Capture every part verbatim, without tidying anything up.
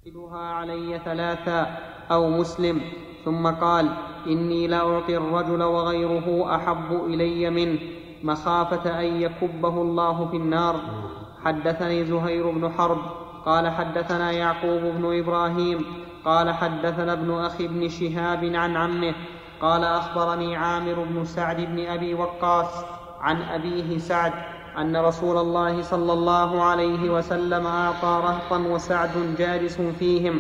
يدها علي ثلاثا أو مسلم. ثم قال: إني لأعطي الرجل وغيره أحب إلي منه مخافة أن يكبه الله في النار. حدثني زهير بن حرب قال حدثنا يعقوب بن إبراهيم قال حدثنا ابن أخي بن شهاب عن عمه قال أخبرني عامر بن سعد بن أبي وقاص عن أبيه سعد أن رسول الله صلى الله عليه وسلم أعطى رهطا وسعد جالس فيهم.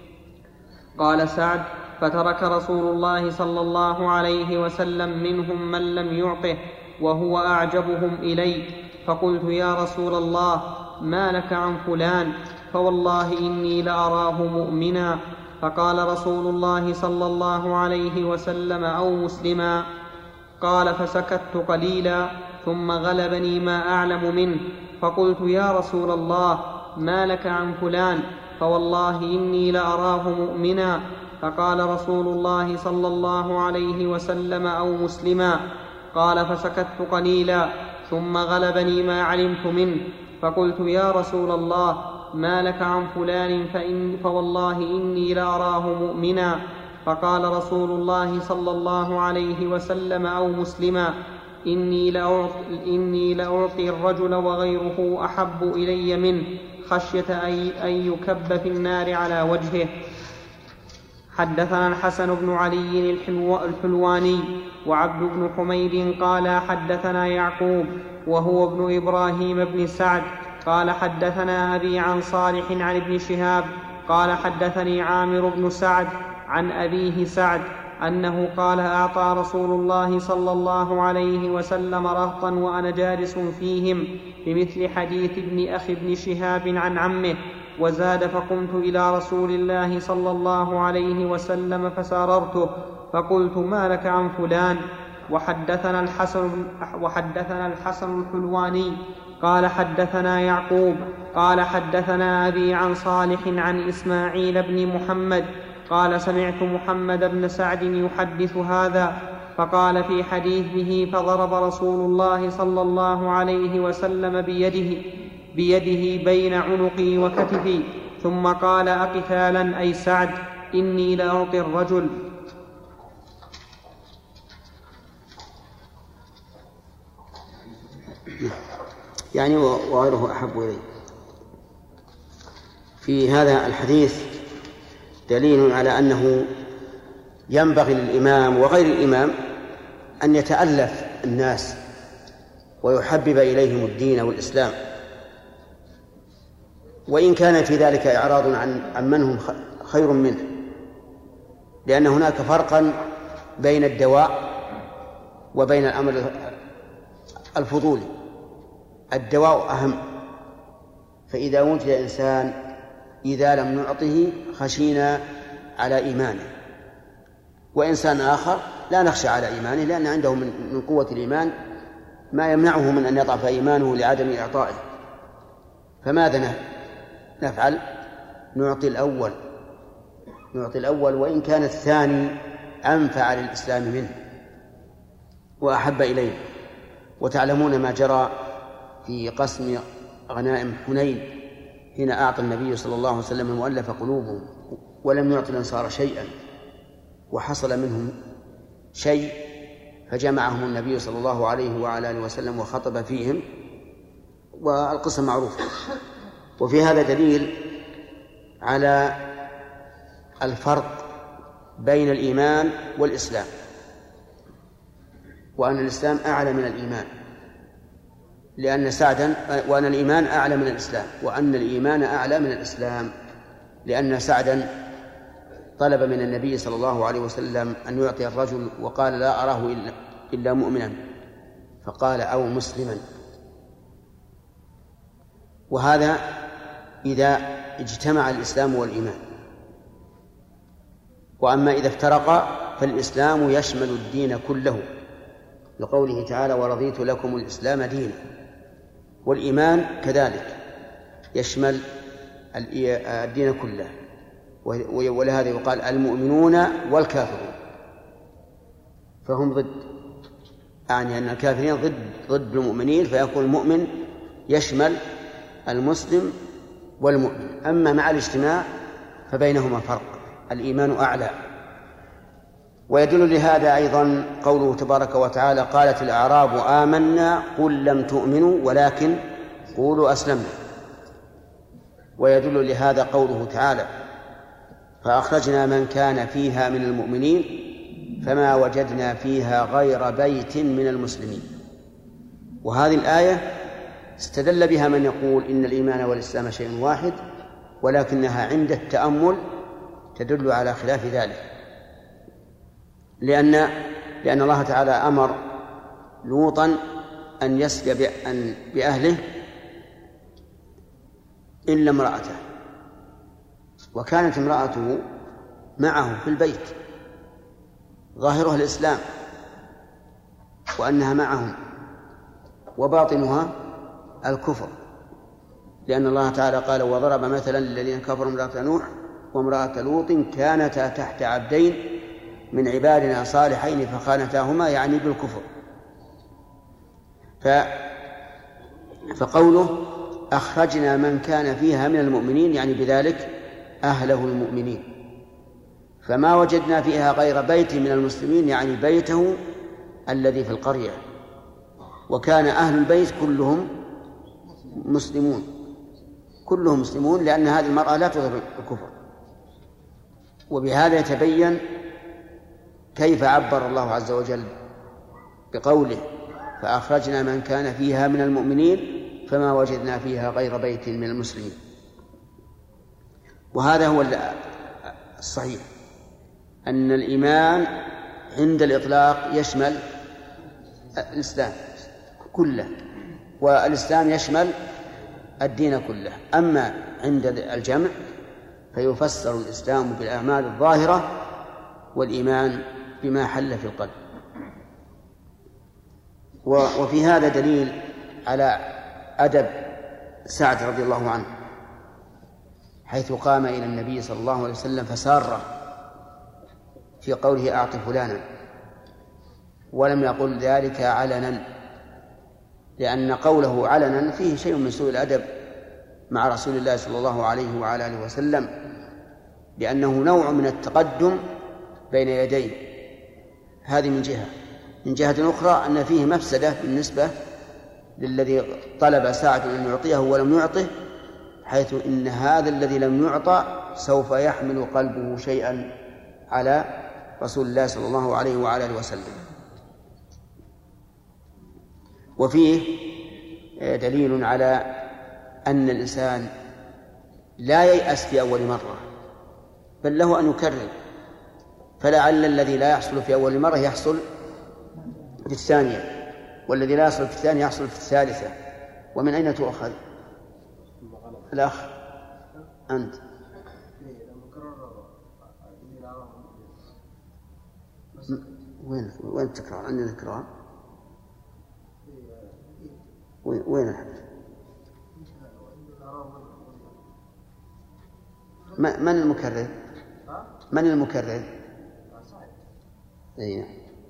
قال سعد: فترك رسول الله صلى الله عليه وسلم منهم من لم يعطه وهو أعجبهم إلي، فقلت: يا رسول الله، ما لك عن فلان؟ فوالله إني لأراه مؤمنا. فقال رسول الله صلى الله عليه وسلم: أو مسلما. قال: فسكت قليلا ثم غلبني ما أعلم منه، فقلت: يا رسول الله، ما لك عن فلان؟ فوالله إني لأراه مؤمنا. فقال رسول الله صلى الله عليه وسلم: أو مسلما. قال: فسكت قليلا ثم غلبني ما علمت منه، فقلت: يا رسول الله، ما لك عن فلان؟ فإن فوالله إني لأراه مؤمنا. فقال رسول الله صلى الله عليه وسلم: أو مسلما. إني لأعطي, إني لأعطي الرجل وغيره أحب إلي منه خشية أن يكب في النار على وجهه. حدثنا الحسن بن علي الحلواني وعبد بن حميد قال حدثنا يعقوب وهو ابن إبراهيم بن سعد قال حدثنا أبي عن صالح عن ابن شهاب قال حدثني عامر بن سعد عن أبيه سعد أنه قال: أعطى رسول الله صلى الله عليه وسلم رهطا وأنا جالس فيهم بمثل حديث ابن أخي ابن شهاب عن عمه. وزاد: فقمت إلى رسول الله صلى الله عليه وسلم فساررته فقلت: ما لك عن فلان؟ وحدثنا الحسن, وحدثنا الحسن الحلواني قال حدثنا يعقوب قال حدثنا أبي عن صالح عن إسماعيل بن محمد قال: سمعت محمد بن سعد يحدث هذا، فقال في حديثه: فضرب رسول الله صلى الله عليه وسلم بيده, بيده بين عنقي وكتفي، ثم قال: أقتالا أي سعد؟ إني لأعطي الرجل. يعني وغيره أحب إليه. في هذا الحديث دليل على أنه ينبغي للإمام وغير الإمام أن يتألف الناس ويحبب إليهم الدين والإسلام، وإن كان في ذلك إعراض عن عن من هم خير منه، لأن هناك فرقا بين الدواء وبين الأمر الفضولي. الدواء أهم، فإذا وجد إنسان إذا لم نعطه خشينا على إيمانه، وإنسان آخر لا نخشى على إيمانه لأن عنده من قوة الإيمان ما يمنعه من أن يضعف إيمانه لعدم إعطائه. فماذا نفعل؟ نعطي الأول نعطي الأول وإن كان الثاني أنفع للإسلام منه وأحب إليه. وتعلمون ما جرى في قسم غنائم حنين حين أعطى النبي صلى الله عليه وسلم المؤلف قلوبهم ولم يعطي الأنصار شيئا، وحصل منهم شيء فجمعهم النبي صلى الله عليه وعلى آله وسلم وخطب فيهم، والقصة معروفة. وفي هذا دليل على الفرق بين الإيمان والإسلام، وأن الإسلام أعلى من الإيمان، لأن سعدا وأن الإيمان أعلى من الإسلام، وأن الإيمان أعلى من الإسلام، لأن سعدا طلب من النبي صلى الله عليه وسلم أن يعطي الرجل وقال: لا أراه إلا, إلا مؤمنا، فقال: أو مسلما. وهذا إذا اجتمع الإسلام والإيمان. وأما إذا افترقا فالإسلام يشمل الدين كله، لقوله تعالى: ورضيت لكم الإسلام دينا. والإيمان كذلك يشمل الدين كله، ولهذا يقال المؤمنون والكافرون، فهم ضد، يعني أن الكافرين ضد ضد المؤمنين، فيكون المؤمن يشمل المسلم والمؤمن. أما مع الاجتماع فبينهما فرق، الإيمان أعلى. ويدل لهذا أيضا قوله تبارك وتعالى: قالت الأعراب آمنا قل لم تؤمنوا ولكن قولوا أسلمنا. ويدل لهذا قوله تعالى: فأخرجنا من كان فيها من المؤمنين فما وجدنا فيها غير بيت من المسلمين. وهذه الآية استدل بها من يقول إن الإيمان والإسلام شيء واحد، ولكنها عند التأمل تدل على خلاف ذلك، لأن لأن الله تعالى أمر لوطا أن يسقي بأهله إلا امرأته، وكانت امرأته معه في البيت ظاهرها الإسلام وأنها معهم وباطنها الكفر، لأن الله تعالى قال: وضرب مثلا للذين كفروا امرأة نوح وامرأة لوط كانتا تحت عبدين من عبادنا صالحين فخانتاهما، يعني بالكفر. ف... فقوله أخرجنا من كان فيها من المؤمنين يعني بذلك أهله المؤمنين، فما وجدنا فيها غير بيت من المسلمين يعني بيته الذي في القرية، وكان أهل البيت كلهم مسلمون كلهم مسلمون لأن هذه المرأة لا تظهر الكفر. وبهذا يتبين كيف عبر الله عز وجل بقوله: فأخرجنا من كان فيها من المؤمنين فما وجدنا فيها غير بيت من المسلمين. وهذا هو الصحيح، أن الإيمان عند الإطلاق يشمل الإسلام كله، والإسلام يشمل الدين كله. أما عند الجمع فيفسر الإسلام بالأعمال الظاهرة والإيمان بما حل في القلب. وفي هذا دليل على أدب سعد رضي الله عنه، حيث قام إلى النبي صلى الله عليه وسلم فساره في قوله: أعط فلانا، ولم يقل ذلك علنا، لأن قوله علنا فيه شيء من سوء الأدب مع رسول الله صلى الله عليه وعلى آله وسلم، لأنه نوع من التقدم بين يديه. هذه من جهة. من جهة أخرى أن فيه مفسدة بالنسبة للذي طلب سعد أن يعطيه ولم يعطه، حيث إن هذا الذي لم يعطى سوف يحمل قلبه شيئا على رسول الله صلى الله عليه وعلى آله وسلم. وفيه دليل على أن الإنسان لا ييأس في أول مرة، بل له أن يكرر، فلعل الذي لا يحصل في أول مرة يحصل في الثانية، والذي لا يحصل في الثانية يحصل في الثالثة. ومن أين تؤخذ؟ الأخ أنت وين وين التكرار؟ عندنا تكرار. وين الحديث؟ من المكرر؟ من المكرر؟ أيه.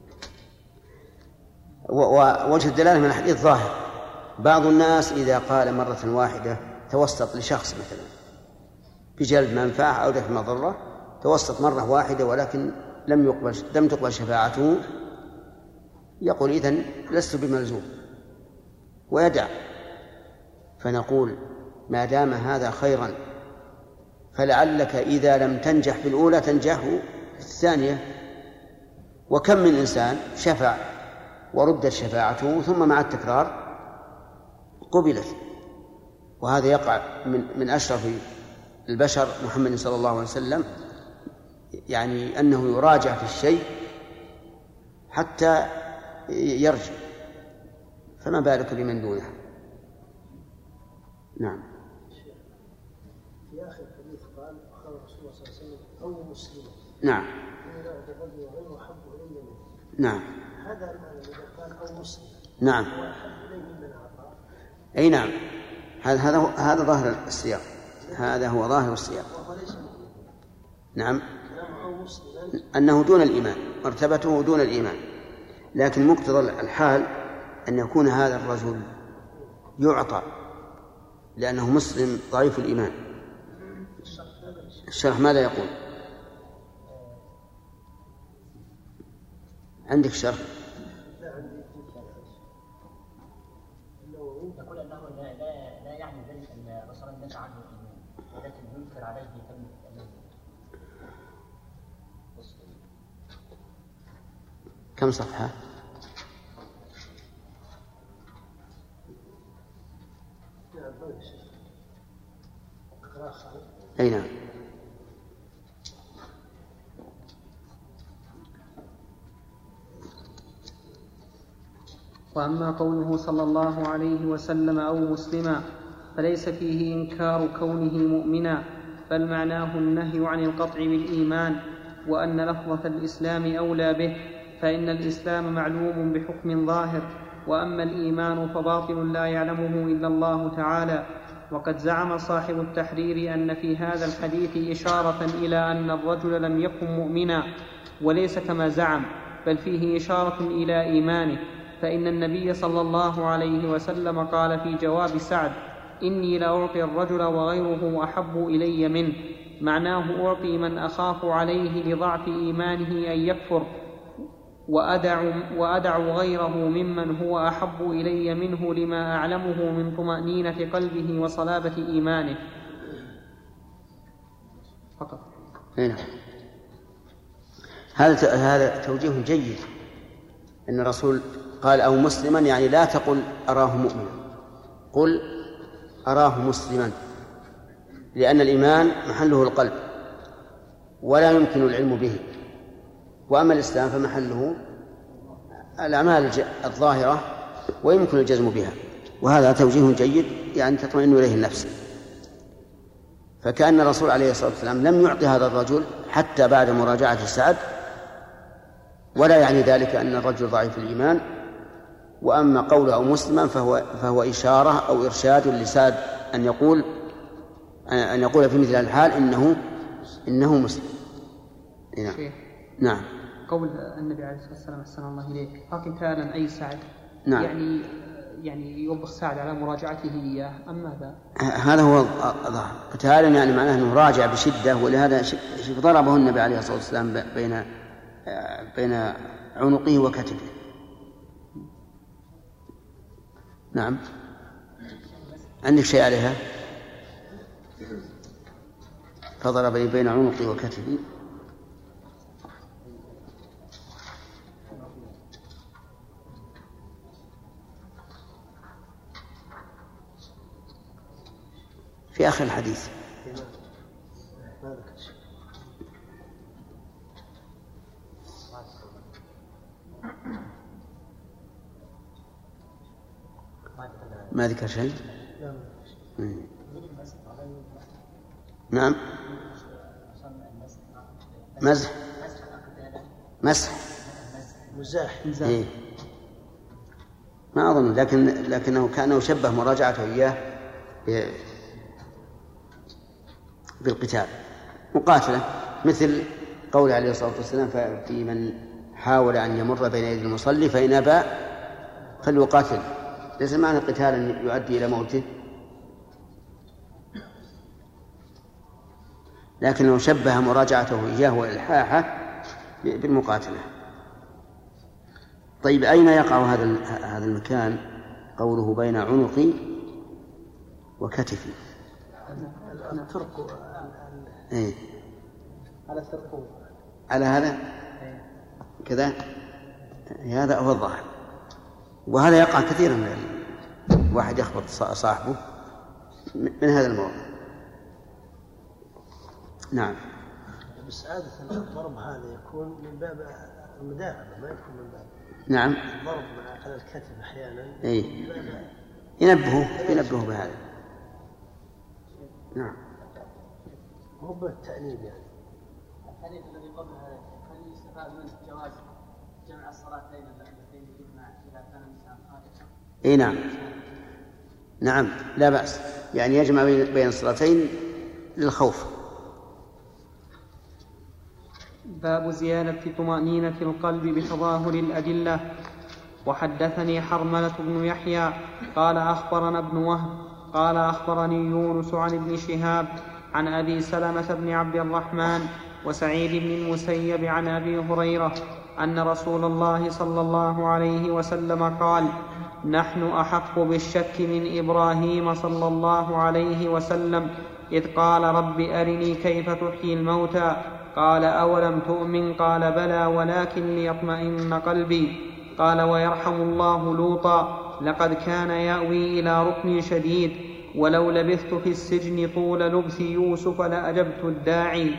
ووجه الدلالة من الحديث ظاهر. بعض الناس إذا قال مرة واحدة توسط لشخص مثلا بجلب منفعة أو دفع مضرة، توسط مرة واحدة ولكن لم يقبل لم تقبل شفاعته، يقول: إذن لست بملزوم، ويدع. فنقول: ما دام هذا خيرا فلعلك إذا لم تنجح في الأولى تنجح في الثانية. وكم من إنسان شفع وردت شفاعته ثم مع التكرار قبلت. وهذا يقع من من أشرف البشر محمد صلى الله عليه وسلم، يعني أنه يراجع في الشيء حتى يرجع، فما بالك بمن دونه. نعم. في آخر الحديث قال: قال رسول الله صلى الله عليه وسلم: أو مسلم. نعم. نعم. هذا المعنى الذي قال أو مسلم. نعم. أي نعم. هذا هذا هذا ظاهر السياق، هذا هو ظاهر السياق. نعم. أنه دون الإيمان، مرتبته دون الإيمان، لكن مقتضى الحال أن يكون هذا الرجل يعطى لأنه مسلم ضعيف الإيمان. الشرح ماذا يقول؟ عندك شرح؟ لا عندي يقول انه لا لا لا يعني ذلك ان الرسول الناس عنه ولكن ينكر عليه كم كم صفحة؟ أي نعم. وأما قوله صلى الله عليه وسلم أو مسلما فليس فيه إنكار كونه مؤمنا، بل معناه النهي عن القطع بالإيمان، وأن لفظة الإسلام أولى به، فإن الإسلام معلوم بحكم ظاهر، وأما الإيمان فباطن لا يعلمه إلا الله تعالى. وقد زعم صاحب التحرير أن في هذا الحديث إشارة إلى أن الرجل لم يكن مؤمنا، وليس كما زعم، بل فيه إشارة إلى إيمانه، فإن النبي صلى الله عليه وسلم قال في جواب سعد: إني لأعطي الرجل وغيره أحب إلي منه، معناه أعطي من أخاف عليه لضعف إيمانه أن يكفر، وأدع, وأدع غيره ممن هو أحب إلي منه لما أعلمه من طمأنينة قلبه وصلابة إيمانه فقط. هنا. هذا هذا توجيه جيد، أن الرسول قال أو مسلما، يعني لا تقل أراه مؤمنا، قل أراه مسلما، لأن الإيمان محله القلب ولا يمكن العلم به، وأما الإسلام فمحله الأعمال الظاهرة ويمكن الجزم بها. وهذا توجيه جيد، يعني تطمئن إليه النفس. فكأن الرسول عليه الصلاة والسلام لم يعطي هذا الرجل حتى بعد مراجعة سعد، ولا يعني ذلك أن الرجل ضعيف الإيمان. وأما قوله أو مسلما فهو, فهو إشارة أو إرشاد لسعد أن يقول أن يقول في مثل الحال إنه إنه مسلم. نعم. نعم. قول النبي عليه الصلاة والسلام أحسن الله إليك: فقتالا أي سعد. نعم. يعني يعني يوبخ سعد على مراجعته إياه أم ماذا؟ هذا هو الظاهر. قتالا يعني معناه أنه راجع بشدة، ولهذا ضربه النبي عليه الصلاة والسلام بين بين عنقه وكتفه. نعم. عندك شيء عليها؟ فضربني بين عنقي وكتفي. في آخر الحديث. ما ذكر شيء؟ نعم. مزح مسح مزاح. إيه. ما أظن، لكن لكنه كأنه شبه مراجعته إياه بالقتال مقاتلة، مثل قول عليه الصلاة والسلام في من حاول أن يمر بين يدي المصلي فإن أبى فليقاتل. ليس معنى القتال أن يؤدي إلى موته، لكنه شبه مراجعته إياه وإلحاحه بالمقاتلة. طيب، أين يقع هذا هذا المكان قوله بين عنقي وكتفي؟ الفرق إيه؟ على الثرقوب، على هذا كذا. هذا هو الظاهر، وهذا يقع كثيرا من واحد يخبط صاحبه من هذا الموضوع. نعم. بس عادة الضرب هذا يكون من باب المداعبة، ما يكون من باب. نعم. الضرب على الكتف أحيانا. إيه. ينبهوا ينبهوا بهذا. نعم. مو بالتأنيب يعني. الحديث الذي قبل هذا هل يستفاد منه جواز جمع الصلاتين اللتين يجمع إذا كان الإنسان خارجا؟ إيه نعم. نعم لا بأس، يعني يجمع بين الصلاتين للخوف. باب زيادة طمأنينة القلب بتظاهر الأدلة. وحدثني حرملة بن يحيى قال أخبرنا ابن وهب قال أخبرني يونس عن ابن شهاب عن أبي سلمة بن عبد الرحمن وسعيد بن المسيب عن أبي هريرة أن رسول الله صلى الله عليه وسلم قال: نحن أحق بالشك من إبراهيم صلى الله عليه وسلم إذ قال: رب أرني كيف تحيي الموتى. قال: أولم تؤمن؟ قال: بلى ولكن ليطمئن قلبي. قال: ويرحم الله لوطا: لقد كان يأوي إلى ركن شديد، ولو لبثت في السجن طول لبث يوسف لأجبت الداعي.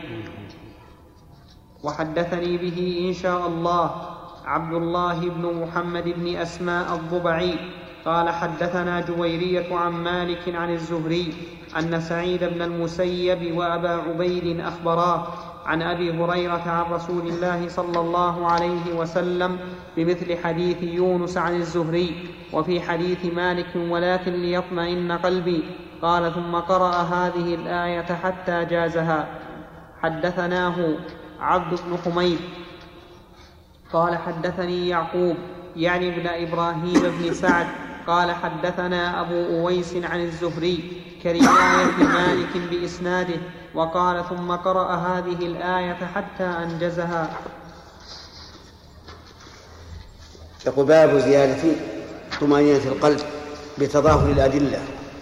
وحدثني به إن شاء الله عبد الله بن محمد بن أسماء الضبعي قال: حدثنا جويرية عن مالك عن الزهري أن سعيد بن المسيب وأبا عبيد أخبراه عن أبي هريرة عن رسول الله صلى الله عليه وسلم بمثل حديث يونس عن الزهري، وفي حديث مالك: ولكن ليطمئن قلبي. قال: ثم قرأ هذه الآية حتى جازها. حدثناه عبد بن حميد قال: حدثني يعقوب يعني ابن إبراهيم بن سعد قال: حدثنا أبو أويس عن الزهري كرواية مالك بإسناده، وقال: ثم قرأ هذه الآية حتى أنجزها. يقول: باب زيادة طمأنينة القلب بتظاهر الأدلة.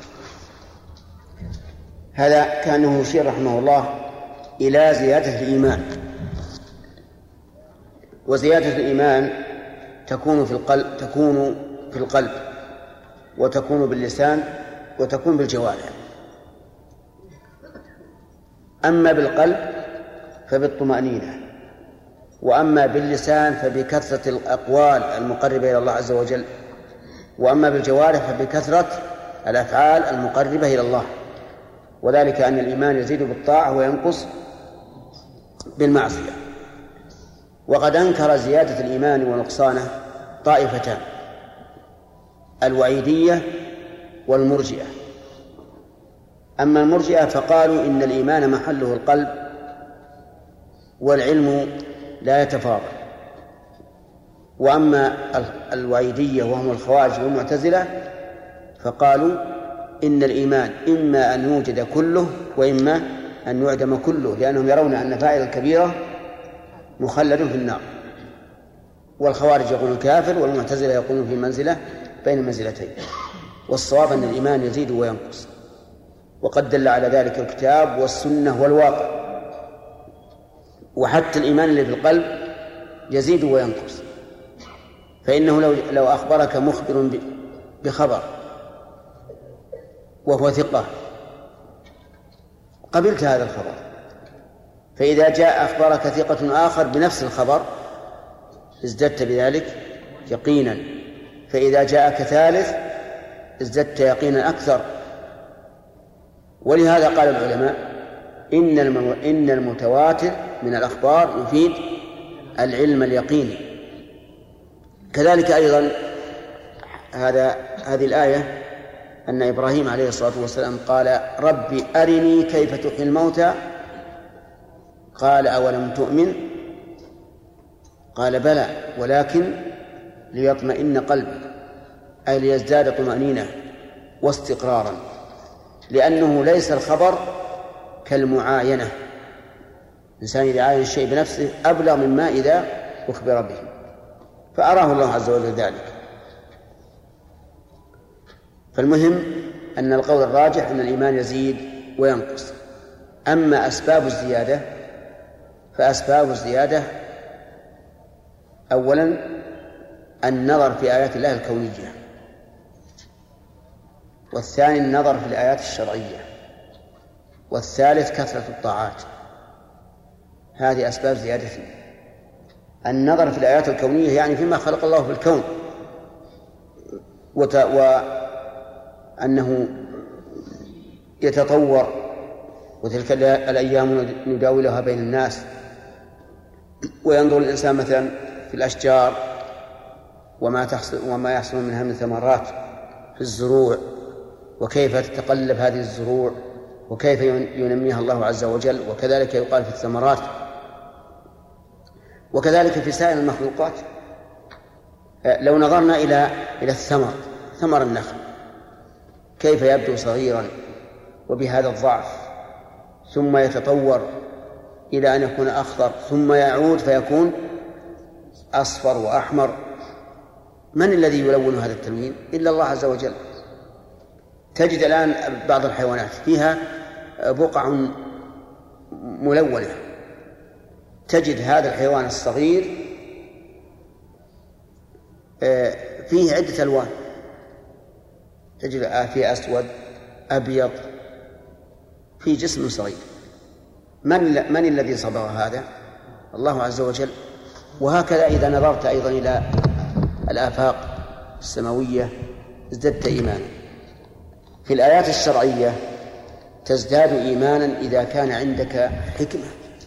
هذا كأنه يشير رحمه الله إلى زيادة الإيمان، وزيادة الإيمان تكون في القلب تكون في القلب وتكون باللسان وتكون بالجوارح. أما بالقلب فبالطمأنينة، وأما باللسان فبكثرة الأقوال المقربة إلى الله عز وجل، وأما بالجوارح فبكثرة الأفعال المقربة إلى الله، وذلك أن الإيمان يزيد بالطاعة وينقص بالمعصية. وقد أنكر زيادة الإيمان ونقصانه طائفتان: الوعيدية والمرجئة. أما المرجئة فقالوا إن الإيمان محله القلب والعلم لا يتفاضل. وأما الوعيدية وهم الخوارج والمعتزلة فقالوا إن الإيمان إما أن يوجد كله وإما أن يعدم كله، لأنهم يرون أن فاعل الكبيرة مخلد في النار. والخوارج يقولون كافر، والمعتزلة يقولون في منزلة بين المنزلتين. والصواب أن الإيمان يزيد وينقص، وقد دل على ذلك الكتاب والسنة والواقع. وحتى الإيمان اللي في القلب يزيد وينقص، فإنه لو, لو أخبرك مخبر بخبر وهو ثقة قبلت هذا الخبر، فإذا جاء أخبرك ثقة آخر بنفس الخبر ازددت بذلك يقينا، فإذا جاءك ثالث ازددت يقينا أكثر. ولهذا قال العلماء إن إن المتواتر من الأخبار يفيد العلم اليقيني. كذلك أيضا هذا هذه الآية أن إبراهيم عليه الصلاة والسلام قال: ربي أرني كيف تحيي الموتى. قال: أولم تؤمن؟ قال: بلى ولكن ليطمئن قلبك، أي ليزداد طمأنينة واستقرارا، لأنه ليس الخبر كالمعاينة. الإنسان إذا عاين الشيء بنفسه أبلغ مما إذا أخبر به، فأراه الله عز وجل ذلك. فالمهم أن القول الراجح أن الإيمان يزيد وينقص. أما أسباب الزيادة فأسباب الزيادة أولا النظر في آيات الله الكونية، والثاني النظر في الآيات الشرعية، والثالث كثرة الطاعات. هذه أسباب زيادة. النظر في الآيات الكونية يعني فيما خلق الله في الكون، وت... وأنه يتطور، وتلك الأيام نداولها بين الناس. وينظر الإنسان مثلا في الأشجار وما تحصل وما يحصل منها من ثمرات، في الزروع، وكيف تتقلب هذه الزروع وكيف ينميها الله عز وجل، وكذلك يقال في الثمرات، وكذلك في سائر المخلوقات. لو نظرنا إلى إلى الثمر، ثمر النخل كيف يبدو صغيرا وبهذا الضعف، ثم يتطور إلى أن يكون أخضر ثم يعود فيكون أصفر وأحمر. من الذي يلون هذا التلوين إلا الله عز وجل. تجد الآن بعض الحيوانات فيها بقع ملونة، تجد هذا الحيوان الصغير فيه عدة ألوان، تجد فيه أسود أبيض في جسم صغير. من, من الذي صبغ هذا؟ الله عز وجل. وهكذا إذا نظرت أيضا إلى الآفاق السماوية ازددت إيمانا. في الآيات الشرعية تزداد إيمانا إذا كان عندك حكمة.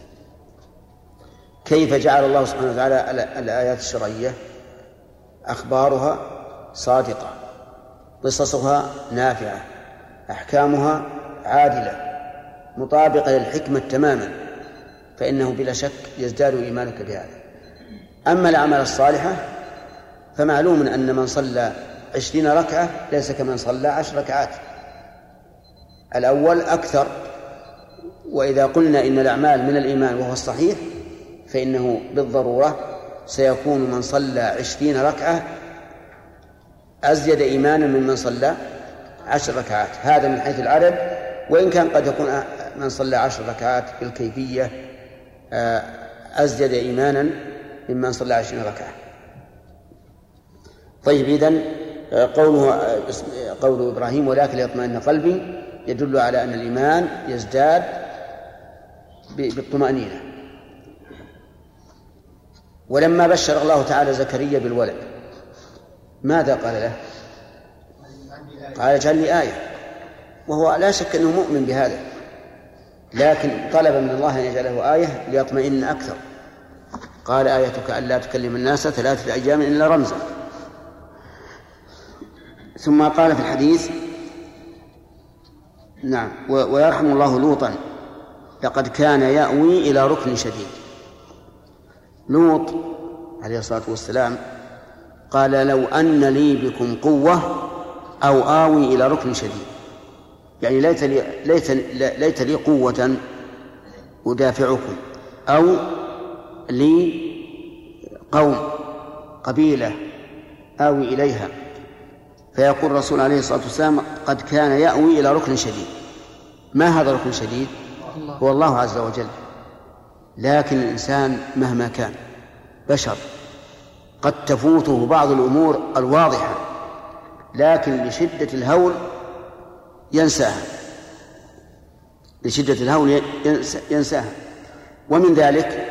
كيف جعل الله سبحانه وتعالى الآيات الشرعية؟ أخبارها صادقة، قصصها نافعة، أحكامها عادلة مطابقة للحكمة تماما، فإنه بلا شك يزداد إيمانك بهذا. أما الأعمال الصالحة فمعلوم أن من صلى عشرين ركعة ليس كمن صلى عشر ركعات، الأول أكثر. وإذا قلنا إن الأعمال من الإيمان وهو الصحيح فإنه بالضرورة سيكون من صلى عشرين ركعة أزيد إيمانا ممن صلى عشر ركعات، هذا من حيث العدد، وإن كان قد يكون من صلى عشر ركعات بالكيفية أزيد إيمانا ممن صلى عشرين ركعة. طيب، إذن قوله قول إبراهيم ولكن ليطمئن قلبي يدل على أن الإيمان يزداد بالطمأنينة. ولما بشر الله تعالى زكريا بالولد ماذا قال له؟ قال اجعل لي آية، وهو لا شك أنه مؤمن بهذا، لكن طلب من الله أن يجعله آية ليطمئن أكثر. قال آيتك ألا تكلم الناس ثلاثة أيام إلا رمزا. ثم قال في الحديث نعم ويرحم الله لوطا لقد كان يأوي إلى ركن شديد. لوط عليه الصلاة والسلام قال لو أن لي بكم قوة أو آوي إلى ركن شديد، يعني ليت لي, ليت ليت لي قوة أدافعكم، أو لي قوم قبيلة آوي إليها. فيقول الرسول عليه الصلاة والسلام قد كان يأوي إلى ركن شديد. ما هذا الركن الشديد؟ هو الله عز وجل. لكن الإنسان مهما كان بشر قد تفوته بعض الأمور الواضحة، لكن لشدة الهول ينساها، لشدة الهول ينساها. ومن ذلك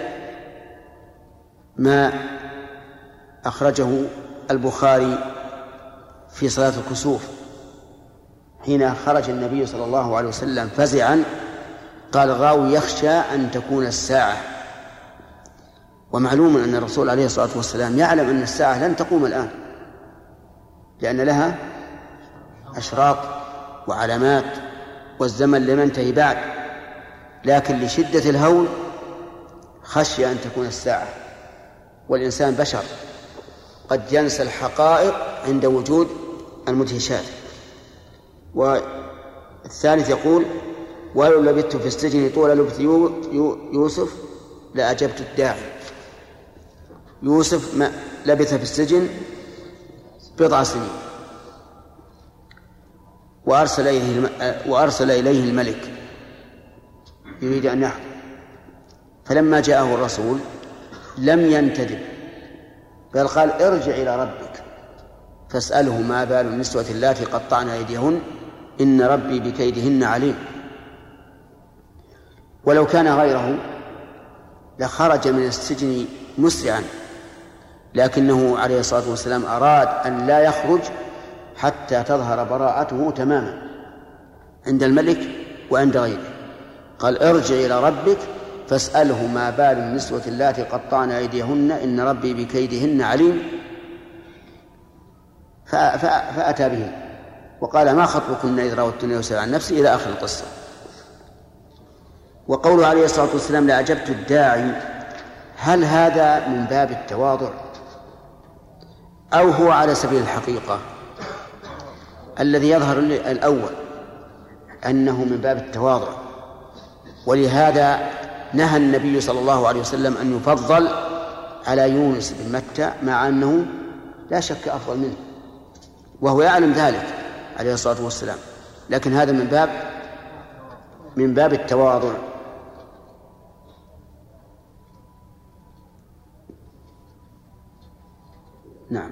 ما أخرجه البخاري في صلاة الكسوف حين خرج النبي صلى الله عليه وسلم فزعا قال الراوي يخشى أن تكون الساعة. ومعلوم أن الرسول عليه الصلاة والسلام يعلم أن الساعة لن تقوم الآن، لأن لها أشراط وعلامات والزمن لم ينتهي بعد، لكن لشدة الهول خشي أن تكون الساعة. والإنسان بشر قد ينسى الحقائق عند وجود المدهشات. والثالث يقول ولو لبثت في السجن طول لبث يوسف لأجبت الداعي. يوسف ما لبث في السجن بضع سنين، وأرسل إليه, وأرسل إليه الملك يريد أن يحضر، فلما جاءه الرسول لم ينتدب بل قال ارجع إلى ربك فاسأله ما بال النسوة اللاتي قطعن أيديهن إن ربي بكيدهن عليم. ولو كان غيره لخرج من السجن مسرعا، لكنه عليه الصلاة والسلام أراد أن لا يخرج حتى تظهر براءته تماما عند الملك وعند غيره. قال ارجع إلى ربك فاسأله ما بال النسوة اللاتي قطعن أيديهن إن ربي بكيدهن عليم. فأتى به وقال ما خطبكن إذ راوتن يوسف عن نفسي إلى آخر القصة. وقوله عليه الصلاة والسلام لأجبت الداعي، هل هذا من باب التواضع أو هو على سبيل الحقيقة؟ الذي يظهر الأول أنه من باب التواضع، ولهذا نهى النبي صلى الله عليه وسلم أن يفضل على يونس بن متى مع أنه لا شك أفضل منه، وهو يعلم ذلك عليه الصلاة والسلام، لكن هذا من باب من باب التواضع. نعم.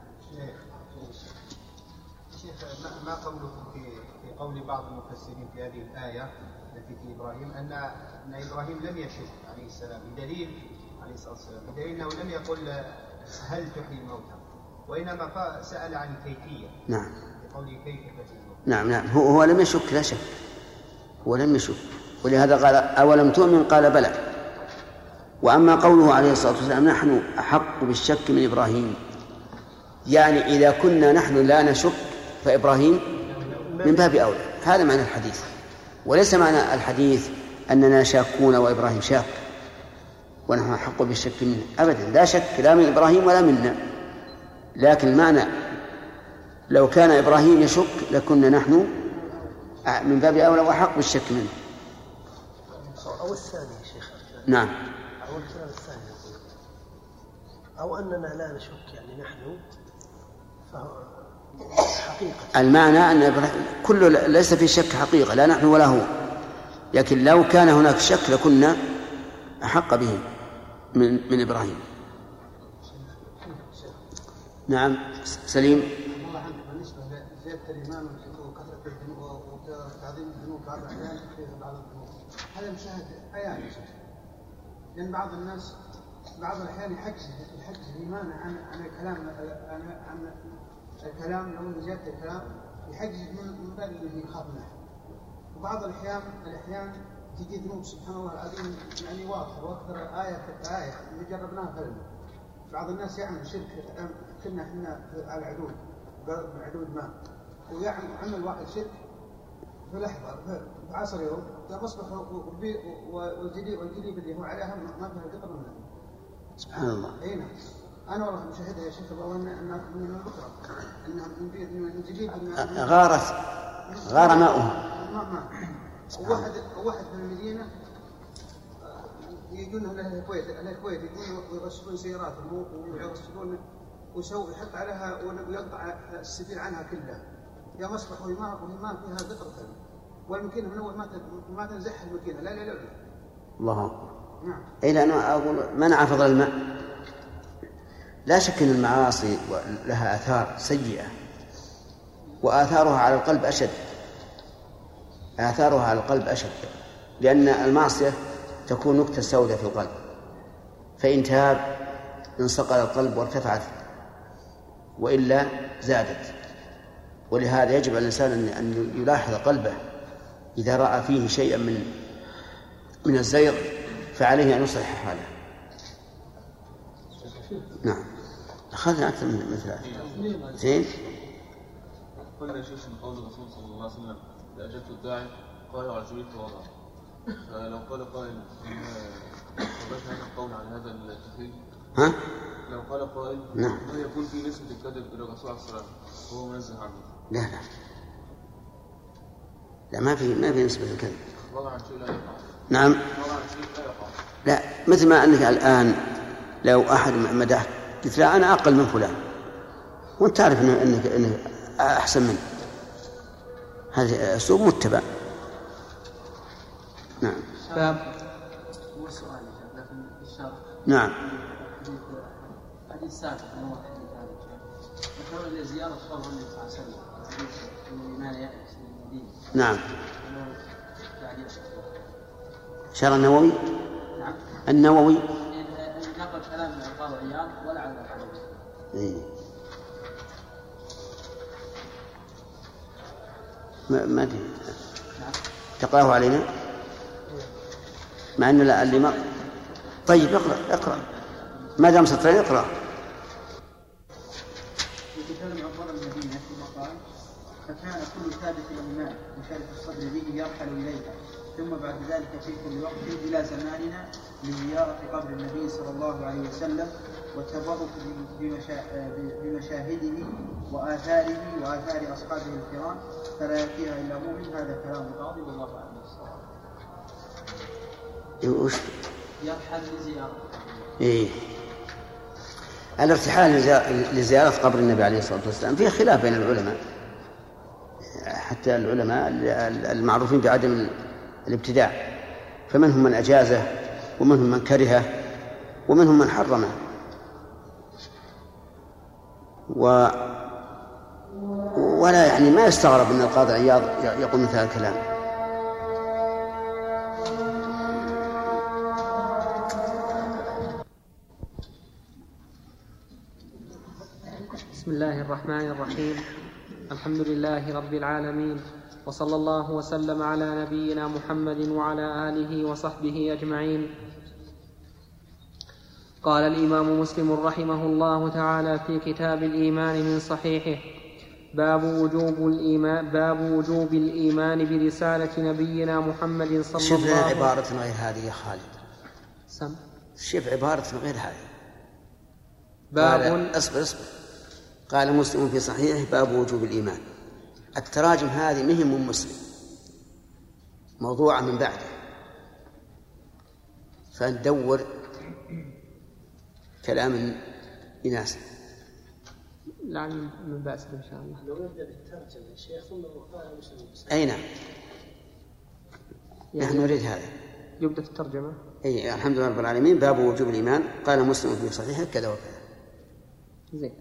شيخ، ما قولكم في في قول بعض المفسرين في هذه الآية التي في إبراهيم أن أن إبراهيم لم يشك عليه السلام، بدليل عليه الصلاة والسلام بدليل أنه لم يقل هل تحيي الموتى، وإنما سأل عن الكيفية. نعم. بقوله كيف تحيي الموتى. نعم نعم هو, هو لم يشك، لا شك، هو لم يشك، ولهذا قال أولم تؤمن؟ قال بلى. وأما قوله عليه الصلاة والسلام نحن أحق بالشك من إبراهيم، يعني إذا كنا نحن لا نشك فإبراهيم من باب أولى، هذا معنى الحديث، وليس معنى الحديث أننا شاكون وإبراهيم شاك ونحن أحق بالشك منه، أبدا، لا شك لا من إبراهيم ولا منا، لكن المعنى لو كان إبراهيم يشك لكنا نحن من باب أولى وأحق بالشك منه. أو الثاني يا شيخ. نعم. أو الكلام الثاني أو أننا لا نشك، يعني نحن فهو حقيقة. المعنى أن كله ليس في شك حقيقة، لا نحن ولا هو، لكن لو كان هناك شك لكنا أحق به من من إبراهيم. نعم سليم. الله عنك بالنسبة لزيادة الإيمان وكثرة الذنوب وتعظيم الذنوب بعض الأحيان في بعض الذنوب، هذا مشاهد أيام يا شيخ، لأن بعض الناس بعض الأحيان يحجز يحجز الإيمان عن عن الكلام عن عن الكلام أو زيادة الكلام، يحجز من باب اللي يخاف منه، وبعض الأحيان الأحيان تجي ذنوب سبحان الله العظيم يعني واضحة، وأكثر آية آية اللي جربناها فعلا. بعض الناس يعمل شرك، كنا احنا على العدود عدود ما، ويعمل واحد شرك في لحظة في عصر يوم أصبح والجليب والجليب اللي هو عليها ما فيها قطر منه. سبحان الله. أي نعم. أنا والله مشاهدة يا شيخ أبو أن أن من البقرة أن من الجليب غارت غار ماؤه. ما ما. وواحد وواحد من المدينة يجون أهل الكويت أهل الكويت يجون ويغسلون سياراتهم ويغسلون ويسوي يحط عليها ويقطع السفير عنها كلها، يا مصبح وهي ما وهي ما فيها قطرة، والماكينة من أول ما ما تنزح الماكينة، لا لا لا. الله أكبر. نعم. إلى أن أقول منع فضل الماء. لا شك أن المعاصي لها آثار سيئة، وآثارها على القلب أشد، آثارها على القلب أشد، لأن المعصية تكون نكتة سوداء في القلب، فإن تاب انصقل القلب وارتفعت، وإلا زادت. ولهذا يجب على الإنسان أن يلاحظ قلبه، إذا رأى فيه شيئا من من الزيغ فعليه أن يصلح حاله. نعم. أخذنا أكثر من مثل هذا. زين. قلنا شيء من قول الرسول صلى الله عليه وسلم إذا أجبت الداعي قال على سبيل التواضع، فلو قال قائل فبش هذا القول عن هذا التخيل، ها؟ لو قال قائل نعم يكون في نسبة الكذب إلى الرسول عليه الصلاة والسلام وهو منزه عنه. لا لا لا ما في ما في نسبة الكذب. وضع عن شيء لا يقع. نعم. وضع عن شيء لا يقع. لا، مثل ما أنك الآن لو أحد مدح قلت لا أنا أقل من فلان، وأنت تعرف إنه إنك إنك أحسن منه، هذا أسلوب متبع. نعم. باب. هو سؤال لكن الشرط. نعم. حديث سابق من واحد ذكر إلى زيارة قبر النبي صلى الله عليه وسلم الإيمان يأتي المدينة. نعم. شرع النووي. نعم. النووي. نقل كلام من القاضي عياض ولا على الحديث. إيه. ما ما أدري. نعم. تقرأه علينا. مع أن لا اللي ما. طيب اقرأ اقرأ. ما دام سطرين اقرأ. وتكلم عن قبر المدينة ثم قال فكان كل ثابت الإيمان مشارك الصدر به يرحل إليها، ثم بعد ذلك في كل وقت إلى زماننا لزيارة قبر النبي صلى الله عليه وسلم والتبرك بمشاهده وآثاره وآثار أصحابه الكرام، فلا يأتيها إلا مؤمن. هذا كلام القاضي والله أعلم. وش يرحل لزيارة. إيه الارتحال لزيارة قبر النبي عليه الصلاة والسلام فيه خلاف بين العلماء، حتى العلماء المعروفين بعدم الابتداع، فمنهم من أجازه ومنهم من كرهه ومنهم من حرمه، و ولا يعني ما يستغرب أن القاضي عياض يقول مثل هذا الكلام. بسم الله الرحمن الرحيم. الحمد لله رب العالمين، وصلى الله وسلم على نبينا محمد وعلى آله وصحبه أجمعين. قال الإمام مسلم رحمه الله تعالى في كتاب الإيمان من صحيحه: باب وجوب الإيمان, باب وجوب الإيمان برسالة نبينا محمد صلى الله عليه وسلم. شوف عبارة غير هذه يا خالد، سم شوف عبارة غير هذه. باب أصبر أصبر قال مسلم في صحيحه: باب وجوب الإيمان. التراجم هذه مهم من مسلم، موضوع من بعده، فندور كلام يناسب. لا من بأس إن شاء الله. لو نبدأ بالترجمة يا شيخ ثم قال مسلم. أي نعم، نحن نريد هذا. يبدأ في الترجمة. أي الحمد لله رب العالمين. باب وجوب الإيمان. قال مسلم في صحيحه كذا وكذا. زين.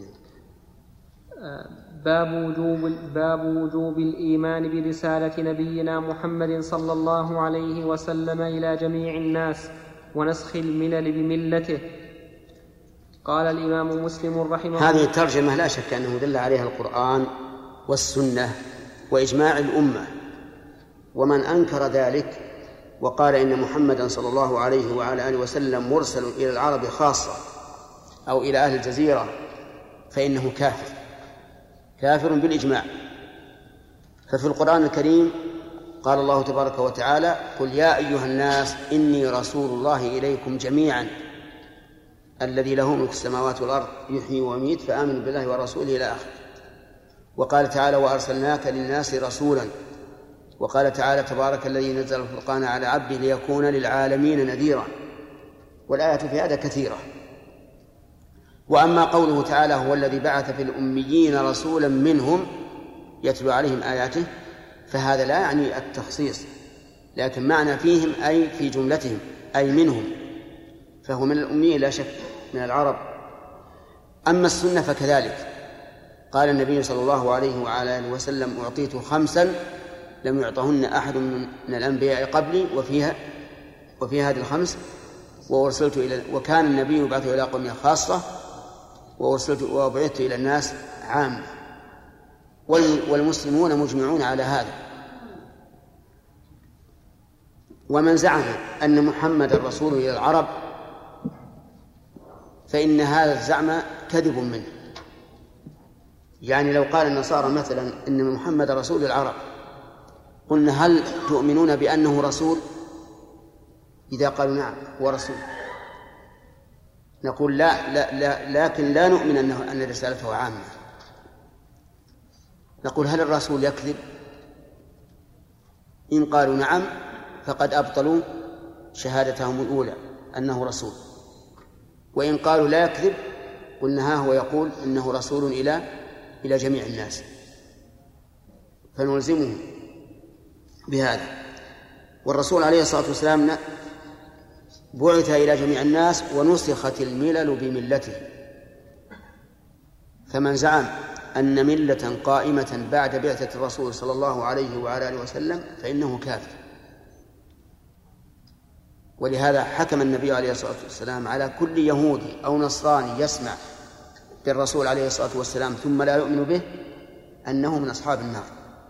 باب وجوب باب وجوب الإيمان برسالة نبينا محمد صلى الله عليه وسلم إلى جميع الناس ونسخ الملل بملته. قال الإمام مسلم رحمه الله: هذه الترجمة لا شك أنه دل عليها القرآن والسنة وإجماع الأمة، ومن أنكر ذلك وقال إن محمدا صلى الله عليه وعلى آله وسلم مرسل إلى العرب خاصة أو إلى أهل الجزيرة فإنه كافر كافر بالإجماع. ففي القرآن الكريم قال الله تبارك وتعالى: قل يا أيها الناس إني رسول الله إليكم جميعا الذي له ملك السماوات والأرض يحيي ويميت فآمنوا بالله ورسوله إلى آخره. وقال تعالى: وأرسلناك للناس رسولا. وقال تعالى: تبارك الذي نزل الفرقان على عبده ليكون للعالمين نذيرا. والآيات في هذا كثيرة. وأما قوله تعالى: هو الذي بعث في الأميين رسولا منهم يتلو عليهم آياته، فهذا لا يعني التخصيص، لكن معنى فيهم أي في جملتهم أي منهم، فهو من الأميين لا شك من العرب. أما السنة فكذلك. قال النبي صلى الله عليه وعلى آله وسلم: أعطيت خمسا لم يعطهن أحد من الأنبياء قبلي، وفيها وفي هذه الخمس وأرسلت إلى وكان النبي يبعث إلى قوم خاصة وأرسلت وبعثت إلى الناس عامة. والمسلمون مجمعون على هذا. ومن زعم أن محمد رسول إلى العرب فإن هذا الزعم كذب منه. يعني لو قال النصارى مثلا إن محمد رسول العرب، قلنا: هل تؤمنون بأنه رسول؟ إذا قالوا نعم هو رسول، نقول لا, لا, لا لكن لا نؤمن أنه أن رسالته عامة. نقول: هل الرسول يكذب؟ إن قالوا نعم فقد أبطلوا شهادتهم الأولى أنه رسول. وإن قالوا لا يكذب قلنا: ها هو يقول إنه رسول إلى إلى جميع الناس، فنلزمه بهذا. والرسول عليه الصلاة والسلام بعث إلى جميع الناس ونسخت الملل بملته. فمن زعم أن ملة قائمة بعد بعثة الرسول صلى الله عليه وعلى آله وسلم فإنه كافر. ولهذا حكم النبي عليه الصلاة والسلام على كل يهودي أو نصراني يسمع بالرسول عليه الصلاة والسلام ثم لا يؤمن به أنه من أصحاب النار،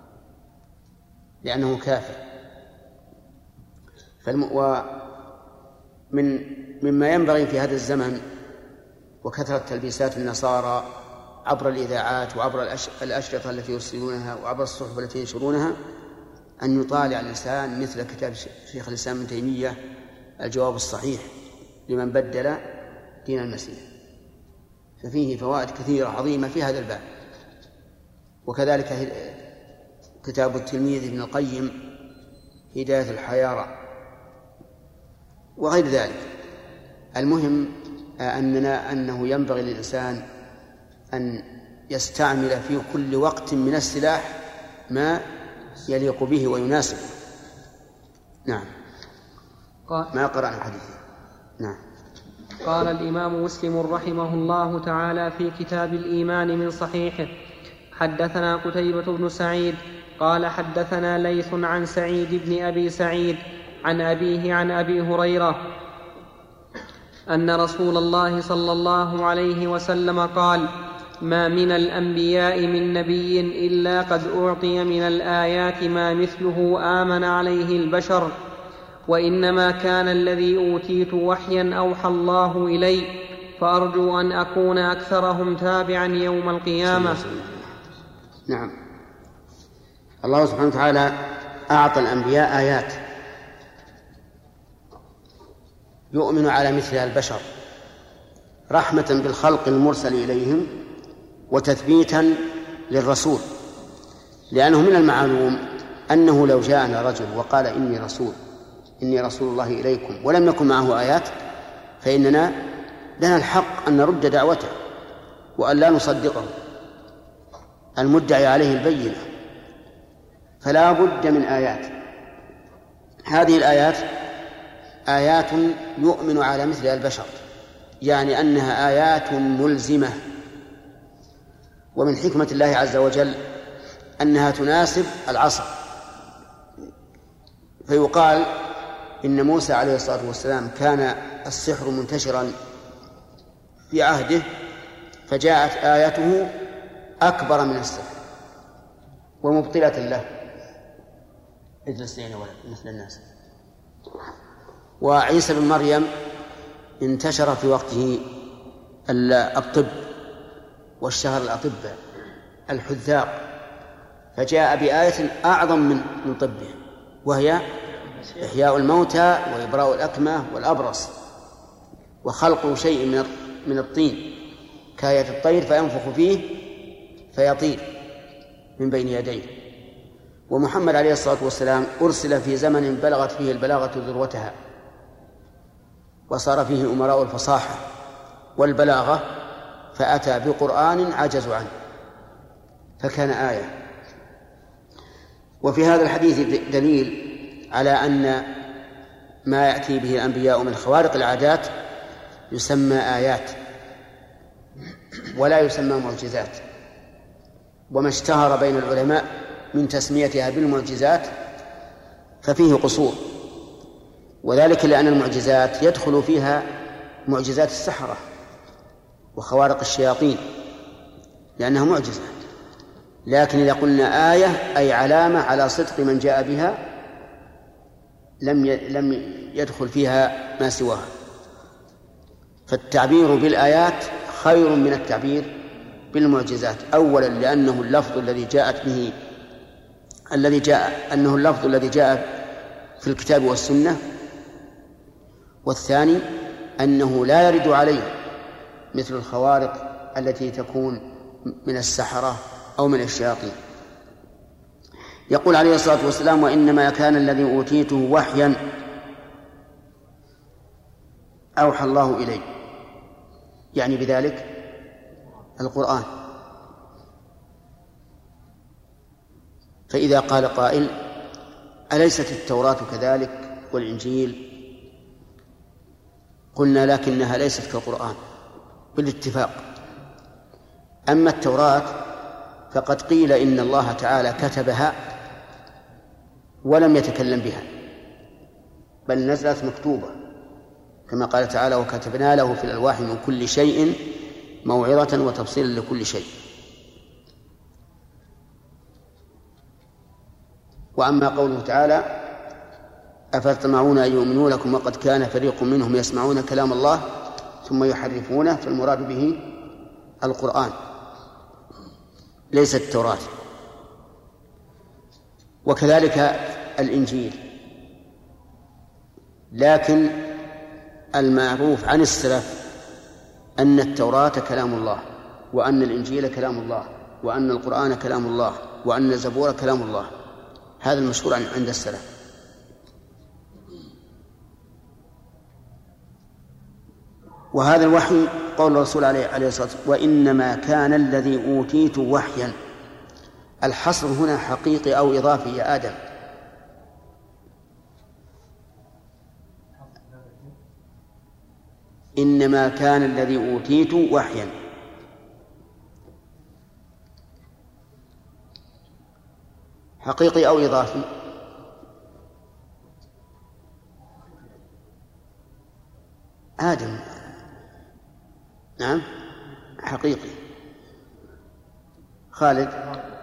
لأنه كافر. فالم... ومن مما ينبغي في هذا الزمن وكثرة تلبيسات النصارى عبر الإذاعات وعبر الأشرطة التي يرسلونها وعبر الصحف التي ينشرونها أن يطالع الإنسان مثل كتاب شيخ الإسلام ابن تيمية الجواب الصحيح لمن بدل دين المسيح، ففيه فوائد كثيرة عظيمة في هذا الباب. وكذلك كتاب التلميذ ابن القيم هداية الحيارى وغير ذلك. المهم أننا أنه ينبغي للإنسان أن يستعمل في كل وقت من السلاح ما يليق به ويناسبه. نعم. ما قرأنا حديثه. نعم. قال الإمام مسلم رحمه الله تعالى في كتاب الإيمان من صحيحه: حدثنا قتيبة بن سعيد قال حدثنا ليث عن سعيد بن أبي سعيد عن أبيه عن أبي هريرة أن رسول الله صلى الله عليه وسلم قال: ما من الأنبياء من نبي إلا قد أعطي من الآيات ما مثله آمن عليه البشر، وإنما كان الذي أوتيت وحيا أوحى الله إلي، فأرجو أن أكون أكثرهم تابعا يوم القيامة. نعم. الله سبحانه وتعالى أعطى الأنبياء آيات يؤمن على مثلها البشر، رحمة بالخلق المرسل إليهم وتثبيتا للرسول، لأنه من المعلوم أنه لو جاءنا رجل وقال إني رسول إني رسول الله إليكم ولم يكن معه آيات فإننا لنا الحق أن نرد دعوته وأن لا نصدقه، المدعي عليه البينة، فلا بد من آيات. هذه الآيات آيات يؤمن على مثلها البشر، يعني أنها آيات ملزمة، ومن حكمة الله عز وجل أنها تناسب العصر. فيقال إن موسى عليه الصلاة والسلام كان السحر منتشرا في عهده، فجاءت آياته أكبر من السحر ومبطلة له. اجلس لنا مثل الناس. وعيسى بن مريم انتشر في وقته الطب واشتهر الأطباء الحذاق، فجاء بآية أعظم من طبه، وهي إحياء الموتى وإبراء الأكمة والأبرص وخلق شيء من الطين كآية الطير فينفخ فيه فيطير من بين يديه. ومحمد عليه الصلاة والسلام أرسل في زمن بلغت فيه البلاغة ذروتها، وصار فيه أمراء الفصاحة والبلاغة، فأتى بقرآن عجزوا عنه فكان آية. وفي هذا الحديث دليل على أن ما يأتي به الأنبياء من خوارق العادات يسمى آيات ولا يسمى معجزات، وما اشتهر بين العلماء من تسميتها بالمعجزات ففيه قصور، وذلك لأن المعجزات يدخل فيها معجزات السحرة وخوارق الشياطين لأنها معجزة، لكن إذا قلنا آية أي علامة على صدق من جاء بها لم لم يدخل فيها ما سواها. فالتعبير بالآيات خير من التعبير بالمعجزات، أولا لأنه اللفظ الذي جاءت به الذي جاء أنه اللفظ الذي جاء في الكتاب والسنة، والثاني أنه لا يرد عليه مثل الخوارق التي تكون من السحرة أو من الشياطين. يقول عليه الصلاة والسلام: وإنما كان الذي أوتيته وحيا أوحى الله إليه، يعني بذلك القرآن. فإذا قال قائل: أليست التوراة كذلك والإنجيل؟ قلنا: لكنها ليست كالقرآن بالاتفاق. أما التوراة فقد قيل إن الله تعالى كتبها ولم يتكلم بها، بل نزلت مكتوبة كما قال تعالى: وكتبنا له في الألواح من كل شيء موعظة وتفصيلا لكل شيء. وأما قوله تعالى: أفتطمعون أن يؤمنوا لكم وقد كان فريق منهم يسمعون كلام الله ثم يحرفونه، فالمراد به القرآن ليس التوراة. وكذلك الإنجيل، لكن المعروف عن السلف أن التوراة كلام الله، وأن الإنجيل كلام الله، وأن القرآن كلام الله، وأن الزبور كلام الله. هذا المشهور عند السلف. وهذا الوحي قول الرسول عليه الصلاة والسلام وإنما كان الذي أوتيت وحيا. الحصر هنا حقيقي أو إضافي يا آدم؟ إنما كان الذي أوتيت وحيا. حقيقي أو إضافي؟ آدم نعم حقيقي. خالد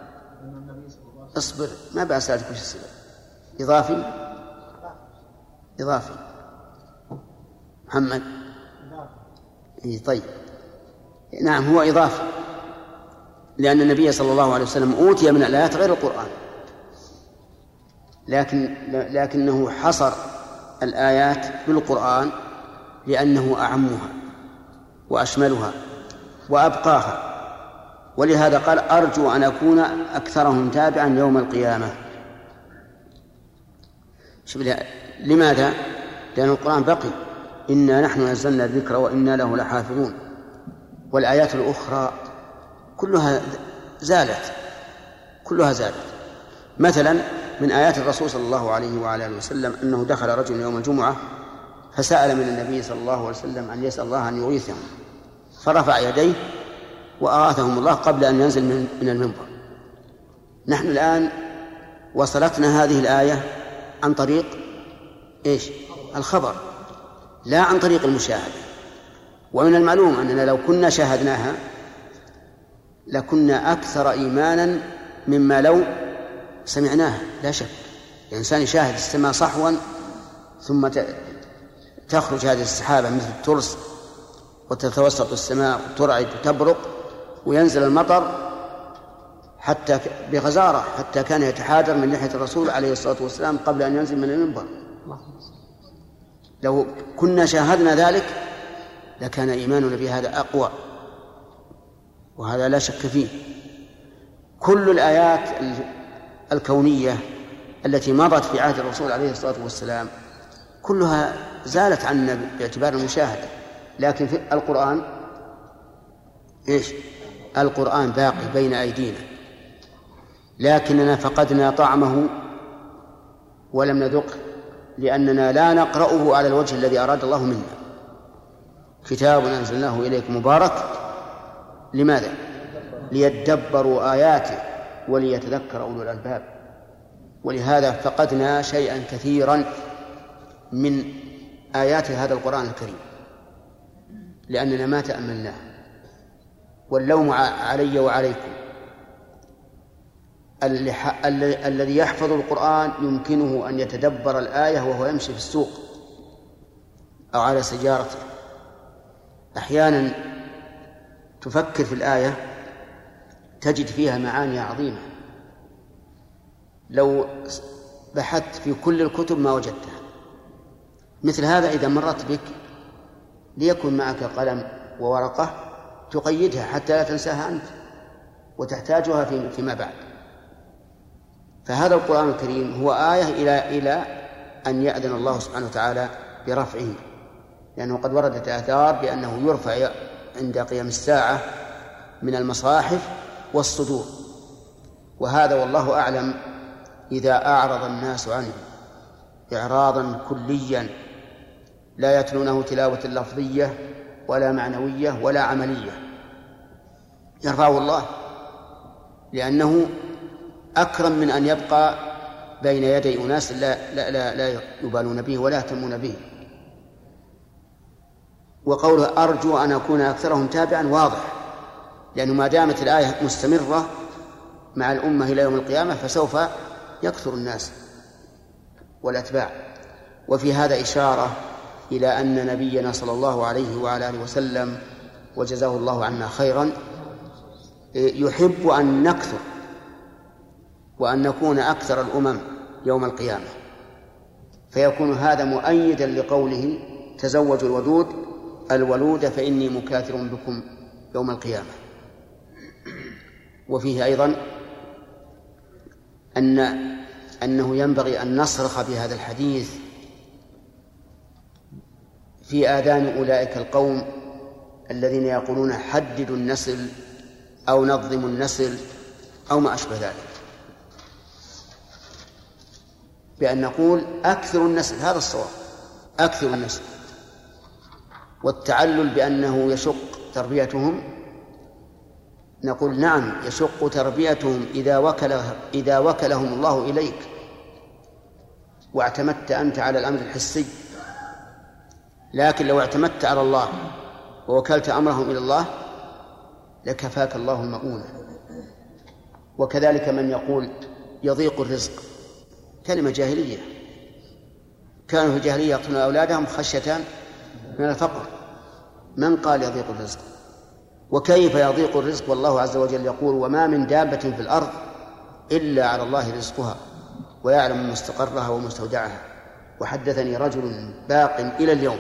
اصبر ما بأسألك وش السبب. إضافي إضافي. محمد إيه طيب نعم هو إضافي، لأن النبي صلى الله عليه وسلم أوتي من الآيات غير القرآن، لكن لكنه حصر الآيات بالقرآن لأنه أعمها وأشملها وأبقاها، ولهذا قال أرجو أن أكون أكثرهم تابعا يوم القيامة. لماذا؟ لأن القرآن بقي، إنا نحن نزلنا الذكر وإنا له لحافظون، والآيات الأخرى كلها زالت كلها زالت. مثلا من آيات الرسول صلى الله عليه وعلى آله وسلم أنه دخل رجل يوم الجمعة فسأل من النبي صلى الله عليه وسلم أن يسأل الله أن يغيثهم، فرفع يديه وأغاثهم الله قبل أن ينزل من المنبر. نحن الآن وصلتنا هذه الآية عن طريق إيش؟ الخبر، لا عن طريق المشاهدة. ومن المعلوم أننا لو كنا شاهدناها لكنا أكثر إيمانا مما لو سمعناها، لا شك. الإنسان يشاهد السماء صحوا ثم تخرج هذه السحابة مثل الترس وتتوسط السماء وترعد وتبرق وينزل المطر حتى بغزارة، حتى كان يتحاجر من ناحية الرسول عليه الصلاة والسلام قبل أن ينزل من المنبر. لو كنا شاهدنا ذلك لكان إيماننا بهذا أقوى، وهذا لا شك فيه. كل الآيات الكونية التي مضت في عهد الرسول عليه الصلاة والسلام كلها زالت عنا باعتبار المشاهدة، لكن في القرآن إيش؟ القرآن باقي بين أيدينا، لكننا فقدنا طعمه ولم نذقه لأننا لا نقرأه على الوجه الذي أراد الله منا. كتاب أنزلناه إليك مبارك لماذا؟ ليدبروا آياته وليتذكر أولو الألباب. ولهذا فقدنا شيئا كثيرا من آيات هذا القرآن الكريم لأننا ما تأملناه. واللوم علي وعليكم. الذي يحفظ القرآن يمكنه أن يتدبر الآية وهو يمشي في السوق أو على سيارته. أحيانا تفكر في الآية تجد فيها معاني عظيمة لو بحثت في كل الكتب ما وجدتها. مثل هذا إذا مرت بك ليكن معك قلم وورقة تقيدها حتى لا تنساها أنت وتحتاجها فيما بعد. فهذا القرآن الكريم هو آية إلى إلى أن يأذن الله سبحانه وتعالى برفعه، لأنه قد وردت آثار بأنه يرفع عند قيام الساعة من المصاحف والصدور. وهذا والله أعلم إذا أعرض الناس عنه إعراضا كليا لا يتلونه تلاوة لفظية ولا معنوية ولا عملية يرفعه الله، لأنه أكرم من أن يبقى بين يدي أناس لا, لا, لا, لا يبالون به ولا يهتمون به. وقوله أرجو أن أكون أكثرهم تابعا واضح، لأنه ما دامت الآية مستمرة مع الأمة إلى يوم القيامة فسوف يكثر الناس والأتباع. وفي هذا إشارة إلى أن نبينا صلى الله عليه وعلى آله وسلم وجزاه الله عنا خيرا يحب أن نكثر وأن نكون أكثر الأمم يوم القيامة، فيكون هذا مؤيدا لقوله تزوجوا الودود الولود فإني مكاثر بكم يوم القيامة. وفيه أيضا أن أنه ينبغي أن نصرخ بهذا الحديث في آذان أولئك القوم الذين يقولون حددوا النسل أو نظموا النسل أو ما أشبه ذلك، بأن نقول أكثر النسل، هذا الصواب، أكثر النسل. والتعلل بأنه يشق تربيتهم، نقول نعم يشق تربيتهم إذا وكل إذا وكلهم الله إليك واعتمدت أنت على الأمر الحسي، لكن لو اعتمدت على الله ووكلت أمرهم إلى الله لكفاك الله المؤونة. وكذلك من يقول يضيق الرزق، كلمة جاهلية، كانوا في الجاهلية يقتلون أولادهم خشية من الفقر، من قال يضيق الرزق؟ وكيف يضيق الرزق والله عز وجل يقول وما من دابة في الأرض إلا على الله رزقها ويعلم مستقرها ومستودعها. وحدثني رجل باق إلى اليوم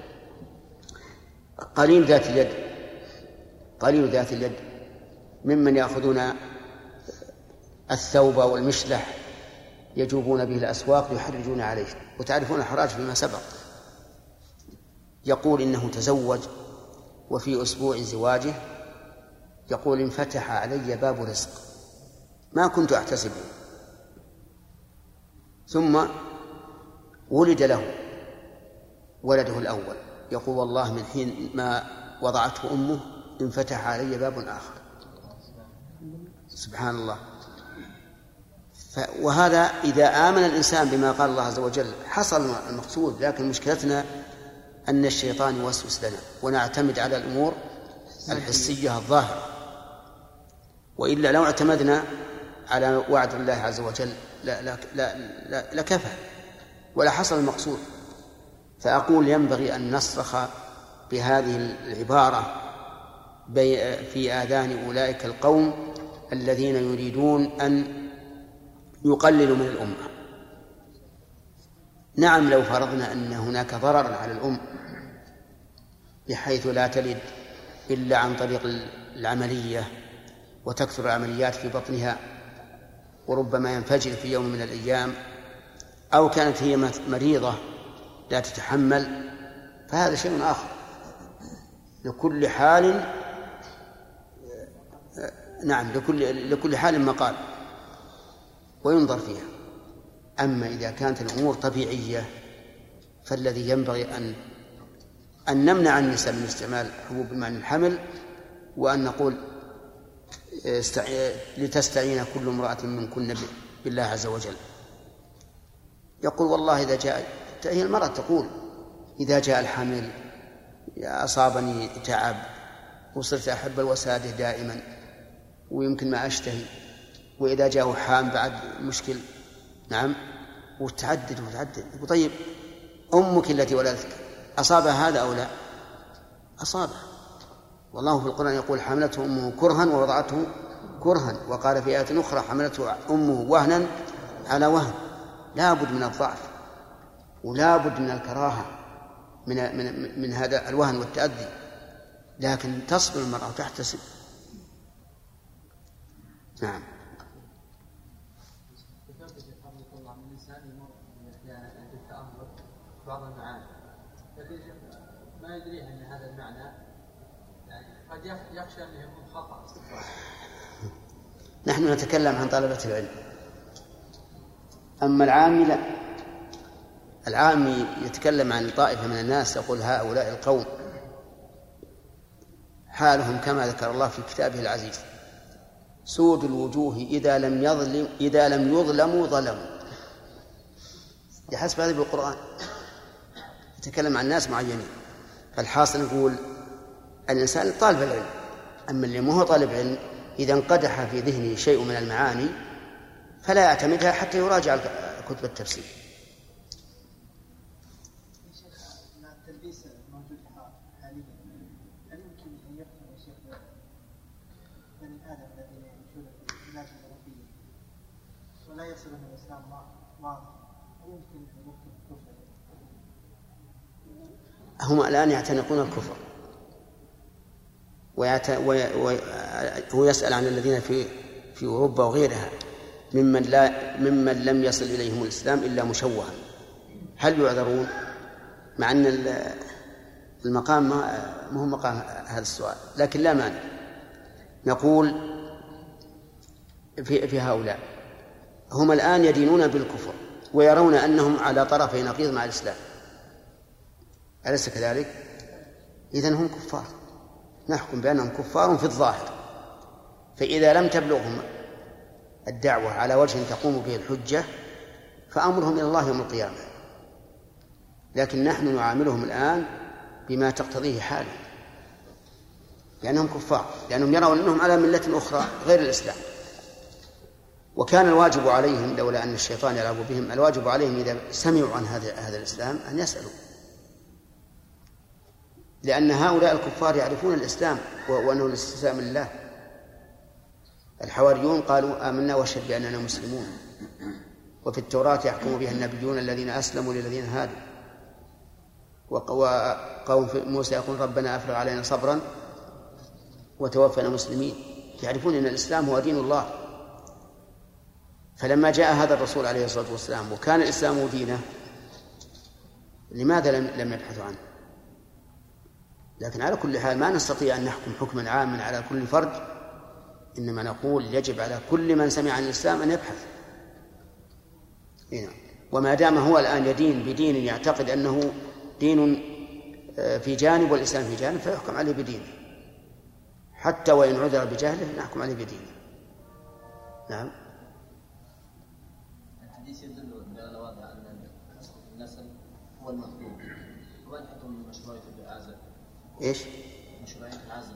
قليل ذات اليد قليل ذات اليد ممن يأخذون الثوب والمشلح يجوبون به الأسواق يحرجون عليه، وتعرفون الحراج فيما سبق. يقول إنه تزوج وفي أسبوع زواجه يقول انفتح علي باب رزق ما كنت أحتسبه، ثم ولد له ولده الأول، يقول والله من حين ما وضعته أمه انفتح علي باب آخر. سبحان الله. وهذا إذا آمن الإنسان بما قال الله عز وجل حصل المقصود، لكن مشكلتنا أن الشيطان يوسوس لنا ونعتمد على الأمور الحسية الظاهرة، وإلا لو اعتمدنا على وعد الله عز وجل لا لا لا لا لكفى ولا حصل المقصود. فأقول ينبغي أن نصرخ بهذه العبارة في آذان أولئك القوم الذين يريدون أن يقللوا من الأمة. نعم لو فرضنا أن هناك ضررا على الأم بحيث لا تلد إلا عن طريق العملية وتكثر العمليات في بطنها وربما ينفجر في يوم من الأيام، أو كانت هي مريضة لا تتحمل، فهذا شيء آخر. لكل حال نعم لكل لكل حال مقال وينظر فيها. أما إذا كانت الأمور طبيعية فالذي ينبغي أن أن نمنع النساء من استعمال حبوب مع الحمل، وأن نقول لتستعين كل امرأة منكن بالله عز وجل. يقول والله إذا جاء، هي المرأة تقول إذا جاء الحمل أصابني تعب وصرت أحب الوسادة دائما ويمكن ما أشتهي، وإذا جاءه حام بعد مشكل. نعم وتعدد وتعدد. طيب أمك التي ولدتك أصابها هذا أو لا؟ أصابها، والله في القرآن يقول حملته أمه كرها ووضعته كرها، وقال في آية أخرى حملته أمه وهنا على وهن. لا بد من الضعف ولا بد من الكراهة من, من, من هذا الوهن والتأذي، لكن تصبر المرأة وتحتسب. نعم. بعض المعاني لكن ما يدريه أن هذا المعنى يعني قد يخشى أنه يكون خطأ. نحن نتكلم عن طلبة العلم، أما العامي لا. العامي يتكلم عن طائفة من الناس يقول هؤلاء القوم حالهم كما ذكر الله في كتابه العزيز سود الوجوه إذا لم يظلم إذا لم يظلموا ظلموا. يحسب هذا بالقرآن، يتكلم عن ناس معينين. فالحاصل نقول الإنسان طالب العلم، أما اللي ما هو طالب علم إذا انقدح في ذهنه شيء من المعاني فلا يعتمدها حتى يراجع كتب التفسير. التلبيس الموجود حاليا هل يمكن أن يفهم يا شيخ بني آدم الذين يعيشون في البلاد الأوروبية ولا يصلهم الإسلام واضح، هل يمكن أن يفهم الكفر؟ هم الآن يعتنقون الكفر، وهو يسأل عن الذين في في أوروبا وغيرها ممن لا ممن لم يصل إليهم الإسلام إلا مشوها، هل يعذرون؟ مع أن المقام ما هو مقام هذا السؤال، لكن لا مانع نقول في, في هؤلاء هم الآن يدينون بالكفر ويرون أنهم على طرفي نقيض مع الإسلام، أليس كذلك؟ إذن هم كفار، نحكم بأنهم كفار في الظاهر. فإذا لم تبلغهم الدعوة على وجه تقوم به الحجة فأمرهم إلى الله يوم القيامة، لكن نحن نعاملهم الآن بما تقتضيه حاله، لأنهم كفار، لأنهم يرون أنهم على ملة أخرى غير الإسلام. وكان الواجب عليهم لولا أن الشيطان يلعب بهم، الواجب عليهم إذا سمعوا عن هذا هذا الإسلام أن يسألوا، لأن هؤلاء الكفار يعرفون الإسلام وأنه الاستسلام لله. الحواريون قالوا آمنا واشهد بأننا مسلمون، وفي التوراة يحكم بها النبيون الذين أسلموا للذين هادوا، وقوم موسى يقول ربنا أفرغ علينا صبرا وتوفنا مسلمين، يعرفون أن الإسلام هو دين الله. فلما جاء هذا الرسول عليه الصلاة والسلام وكان الإسلام دينه لماذا لم يبحثوا عنه؟ لكن على كل حال ما نستطيع أن نحكم حكما عاما على كل فرد، إنما نقول يجب على كل من سمع عن الإسلام أن يبحث. وما دام هو الآن يدين بدين يعتقد أنه دين في جانب والإسلام في جانب فيحكم عليه بدينه، حتى وإن عذر بجهله نحكم عليه بدينه. نعم. الحديث يدل على واضح أن النسل هو المطلوب، وين حكم مشروعية العزل؟ إيش؟ مشروعية العزل.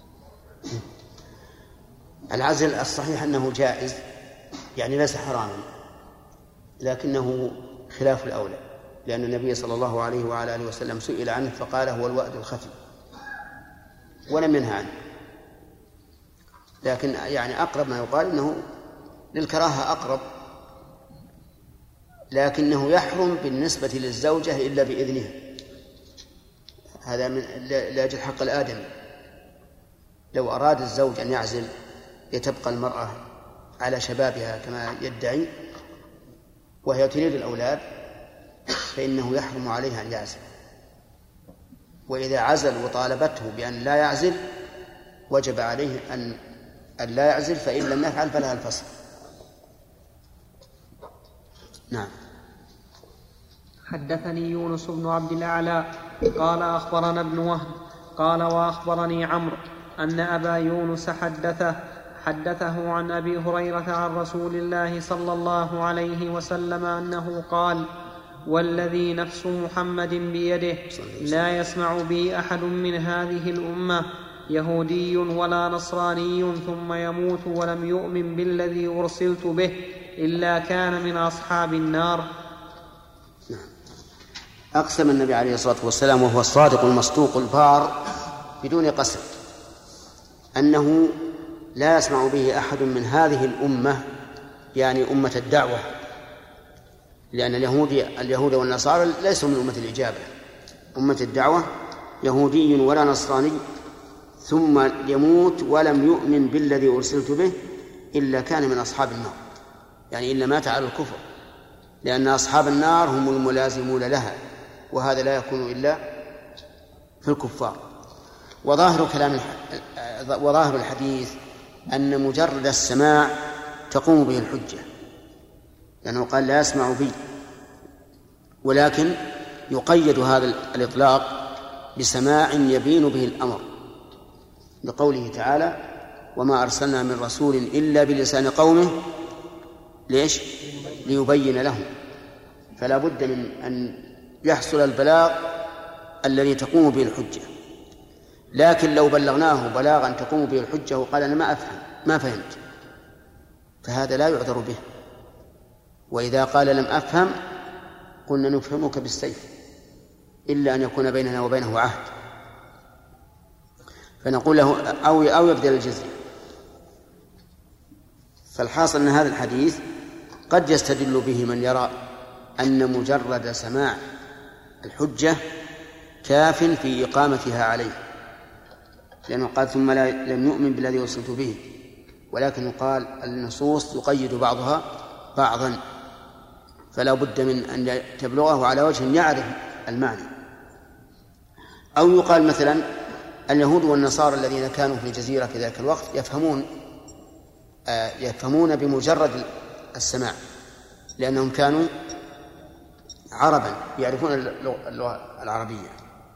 العزل الصحيح أنه جائز، يعني ليس حراما، لكنه خلاف الأولى، لأن النبي صلى الله عليه وعلى آله وسلم سئل عنه فقال هو الوأد الخفي ولم ينهى عنه، لكن يعني أقرب ما يقال أنه للكراهة أقرب، لكنه يحرم بالنسبة للزوجة إلا بإذنها، هذا من لأجل حق الآدمي. لو أراد الزوج أن يعزل لتبقى المرأة على شبابها كما يدعي وهي تريد الأولاد فإنه يحرم عليها أن يعزل، وإذا عزل وطالبته بأن لا يعزل وجب عليه أن أن لا يعزل، فإن لم يفعل فلها الفصل. نعم. حدثني يونس بن عبد الأعلى قال أخبرنا ابن وهب قال وأخبرني عمرو أن أبا يونس حدثه حدثه عن أبي هريرة عن رسول الله صلى الله عليه وسلم أنه قال والذي نفس محمد بيده لا يسمع بي أحد من هذه الأمة يهودي ولا نصراني ثم يموت ولم يؤمن بالذي أرسلت به إلا كان من أصحاب النار. أقسم النبي عليه الصلاة والسلام وهو الصادق المصدوق البار بدون قسم أنه لا يسمع به أحد من هذه الأمة، يعني أمة الدعوة، لأن اليهود اليهود والنصارى ليسوا من أمة الإجابة. أمة الدعوة يهودي ولا نصراني ثم يموت ولم يؤمن بالذي أرسلت به إلا كان من أصحاب النار، يعني إلا مات على الكفر، لأن أصحاب النار هم الملازمون لها، وهذا لا يكون إلا في الكفار. وظاهر كلام وظاهر الحديث أن مجرد السماع تقوم به الحجة، لأنه قال لا يسمع بي، ولكن يقيد هذا الإطلاق بسماع يبين به الأمر، لقوله تعالى وما أرسلنا من رسول إلا بلسان قومه ليش؟ ليبين لهم. فلا بد من أن يحصل البلاغ الذي تقوم به الحجة. لكن لو بلغناه بلاغا تقوم به الحجة وقال أنا ما أفهم ما فهمت فهذا لا يعذر به. وإذا قال لم أفهم قلنا نفهمك بالسيف إلا أن يكون بيننا وبينه عهد، فنقول له أو أو يبذل الجزية. فالحاصل أن هذا الحديث قد يستدل به من يرى أن مجرد سماع الحجة كاف في إقامتها عليه، لأنه قال ثم لم يؤمن بالذي أرسلت به، ولكن يقال النصوص يقيد بعضها بعضا، فلا بد من أن تبلغه على وجه يعرف المعنى. أو يقال مثلا اليهود والنصارى الذين كانوا في الجزيرة في ذلك الوقت يفهمون يفهمون بمجرد السماع، لأنهم كانوا عربا يعرفون اللغة العربية.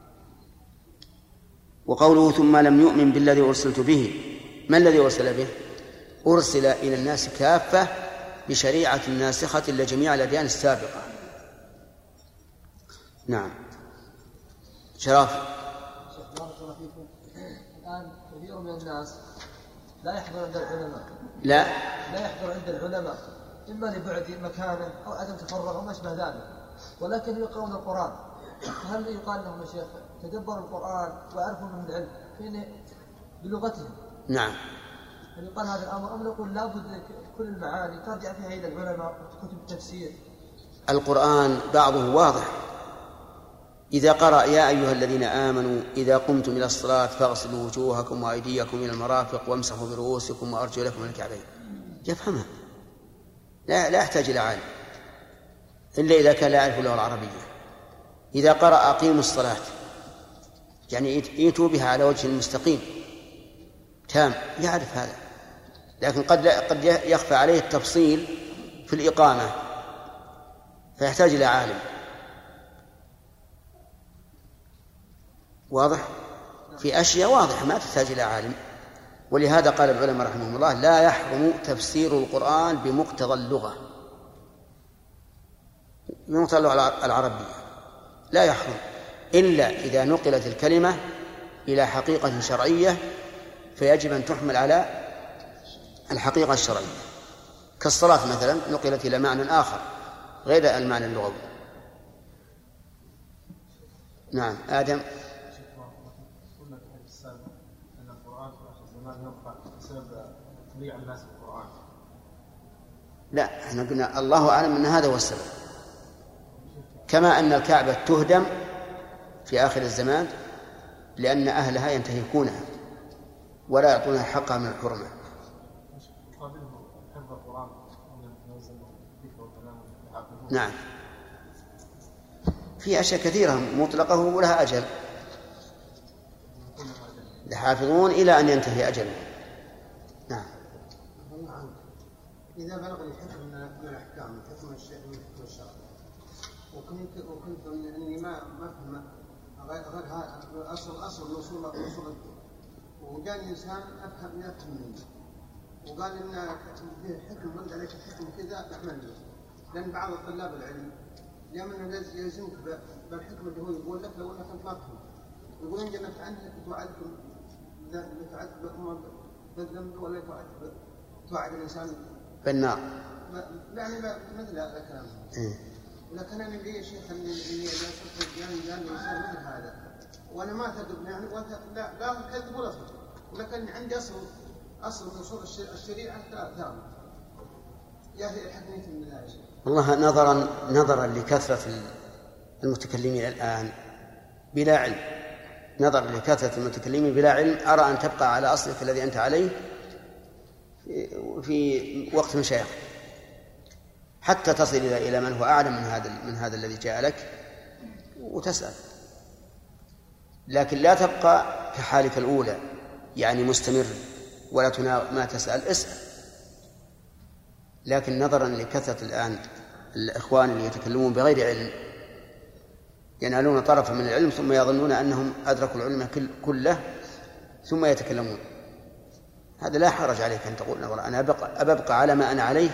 وقوله ثم لم يؤمن بالذي أرسلت به، ما الذي أرسل به؟ أرسل إلى الناس كافة بشريعة ناسخة لجميع الأديان السابقة. نعم. شرافي. الآن كثير من الناس لا يحضر عند العلماء لا لا يحضر عند العلماء إما لبعد مكانه أو عدم تفرغ أو ما أشبه ذلك، ولكن يقرؤون القرآن. هل يقال لهم يا شيخ تدبروا القرآن ويعرفوا منه العلم فين بلغتهم؟ نعم. هل يقال هذا الأمر أم نقول لابد كل المعاني ترجع فيها إلى العلماء كتب التفسير؟ القرآن بعضه واضح. إذا قرأ يا أيها الذين آمنوا إذا قمتم إلى الصلاة فاغسلوا وجوهكم وأيديكم إلى المرافق وامسحوا برؤوسكم وأرجلكم إلى الكعبين، يفهمها، لا لا يحتاج إلى عالم إلا إذا كان لا يعرف اللغة العربية. إذا قرأ أقيموا الصلاة يعني ائتوا بها على وجه المستقيم تام، يعرف هذا، لكن قد قد يخفى عليه التفصيل في الإقامة فيحتاج إلى عالم. واضح؟ في أشياء واضحة ما تحتاج إلى عالم، ولهذا قال العلماء رحمهم الله لا يحرم تفسير القرآن بمقتضى اللغة، بمقتضى اللغة العربية لا يحرم إلا إذا نقلت الكلمة إلى حقيقة شرعية فيجب أن تحمل على الحقيقة الشرعية، كالصلاة مثلا نقلت إلى معنى آخر غير المعنى اللغوي. نعم. آدم. لا، احنا قلنا الله أعلم أن هذا هو السبب، كما أن الكعبة تهدم في آخر الزمان لأن أهلها ينتهكونها ولا يعطونها حقها من الحرمة. نعم، في أشياء كثيرة مطلقة ولها أجل، يحافظون إلى أن ينتهي أجله. نعم. إذا بلغ الحكم من الأحكام حكم الشيء من حكم الشرع وكنت وكنت أني ما ما فهم غير غير هذا أصل أصل الوصول الوصول وجاني إنسان أفهم يفهم مني وقال إن فيه حكم ورد عليك حكم كذا أعمل به، لأن بعض الطلاب العلم يوم يلزمك بالحكم اللي هو يقول لك لو أنك أنت ما تفهم يقول إن جنت عنك توعدكم تعذب بالذنب ولا تعذب توعد الإنسان بالنار. يعني مثل هذا الكلام. ولكن أنا لي شيخ إني إذا صرت يعني يعني إنسان مثل هذا وأنا ما أكذب يعني لا لا أكذب ولا أصدق، ولكن عندي أصل أصل من أصول الشريعة ثلاث ثابت. يا أخي الحكمية من الله. والله نظرا نظرا لكثرة المتكلمين الآن بلا علم، نظرا لكثرة المتكلمين بلا علم أرى أن تبقى على أصلك الذي أنت عليه في وقت مشايخ حتى تصل إلى من هو أعلم من هذا من هذا الذي جاء لك وتسأل، لكن لا تبقى في حالك الأولى يعني مستمر ولا تناول ما تسأل، اسأل. لكن نظرا لكثرة الآن الإخوان اللي يتكلمون بغير علم ينالون طرفا من العلم ثم يظنون أنهم أدركوا العلم كله ثم يتكلمون، هذا لا حرج عليك أن تقول أنا أبقى, أبقى على ما أنا عليه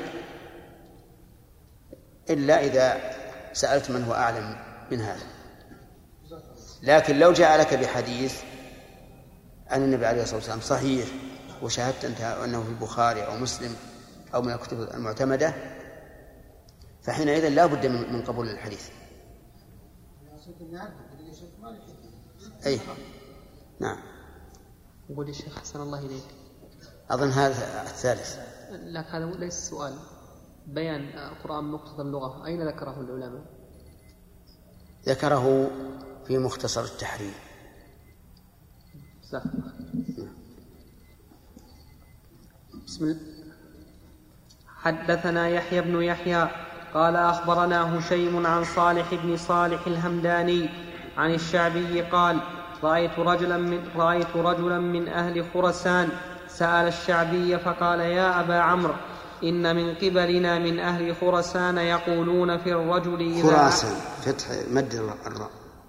إلا إذا سألت من هو أعلم من هذا. لكن لو جاء لك بحديث عن النبي عليه الصلاة والسلام صحيح وشاهدت أنت أنه في البخاري أو مسلم أو من الكتب المعتمدة فحينئذ لا بد من قبول الحديث. أي نعم. يقول الشيخ حسن الله إليك أظن هذا الثالث. لكن هذا ليس سؤال، بيان القرآن مقتضى اللغة أين ذكره العلماء؟ ذكره في مختصر التحرير. بسم الله. حدثنا يحيى بن يحيى قال أخبرنا هشيم عن صالح بن صالح الهمداني عن الشعبي قال رأيت رجلا من, رأيت رجلا من أهل خراسان سأل الشعبي فقال يا أبا عمرو إن من قبلنا من أهل خراسان يقولون في الرجل إذا خراسان فتح مد الراء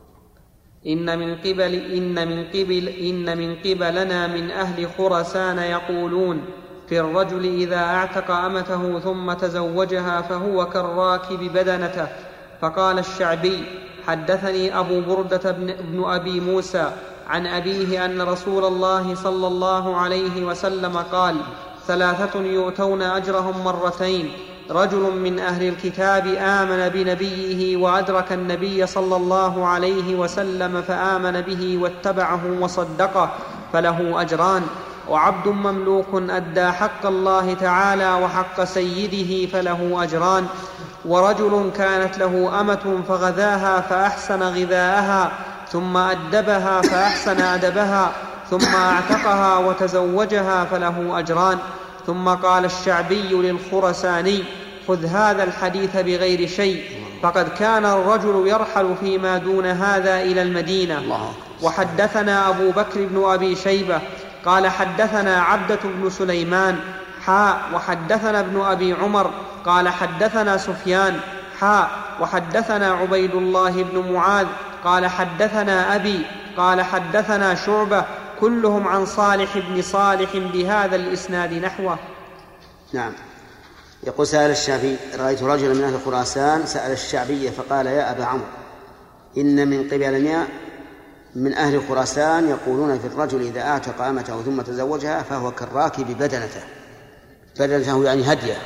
إن من قبل إن من قبل إن من قبلنا من أهل خراسان يقولون في الرجل إذا أعتق أمته ثم تزوجها فهو كالراكب بدنته. فقال الشعبي حدثني أبو بردة بن أبي موسى عن أبيه أن رسول الله صلى الله عليه وسلم قال ثلاثة يؤتون أجرهم مرتين رجل من أهل الكتاب آمن بنبيه وأدرك النبي صلى الله عليه وسلم فآمن به واتبعه وصدقه فله أجران وعبد مملوك أدى حق الله تعالى وحق سيده فله أجران ورجل كانت له أمة فغذاها فأحسن غذاءها ثم أدبها فأحسن أدبها ثم أعتقها وتزوجها فله أجران. ثم قال الشعبي للخرساني خذ هذا الحديث بغير شيء فقد كان الرجل يرحل فيما دون هذا إلى المدينة. وحدثنا أبو بكر بن أبي شيبة قال حدثنا عبدة بن سليمان حاء وحدثنا ابن أبي عمر قال حدثنا سفيان حاء وحدثنا عبيد الله بن معاذ قال حدثنا أبي قال حدثنا شعبة كلهم عن صالح بن صالح بهذا الإسناد نحوه. نعم. يقول سأل الشعبي رأيت رجلا من أهل خراسان سأل الشعبي فقال يا أبا عمرو إن من قبلنا من أهل خراسان يقولون في الرجل إذا أعتق أمته ثم تزوجها فهو كالراكب بدنته. بدنته يعني هديه،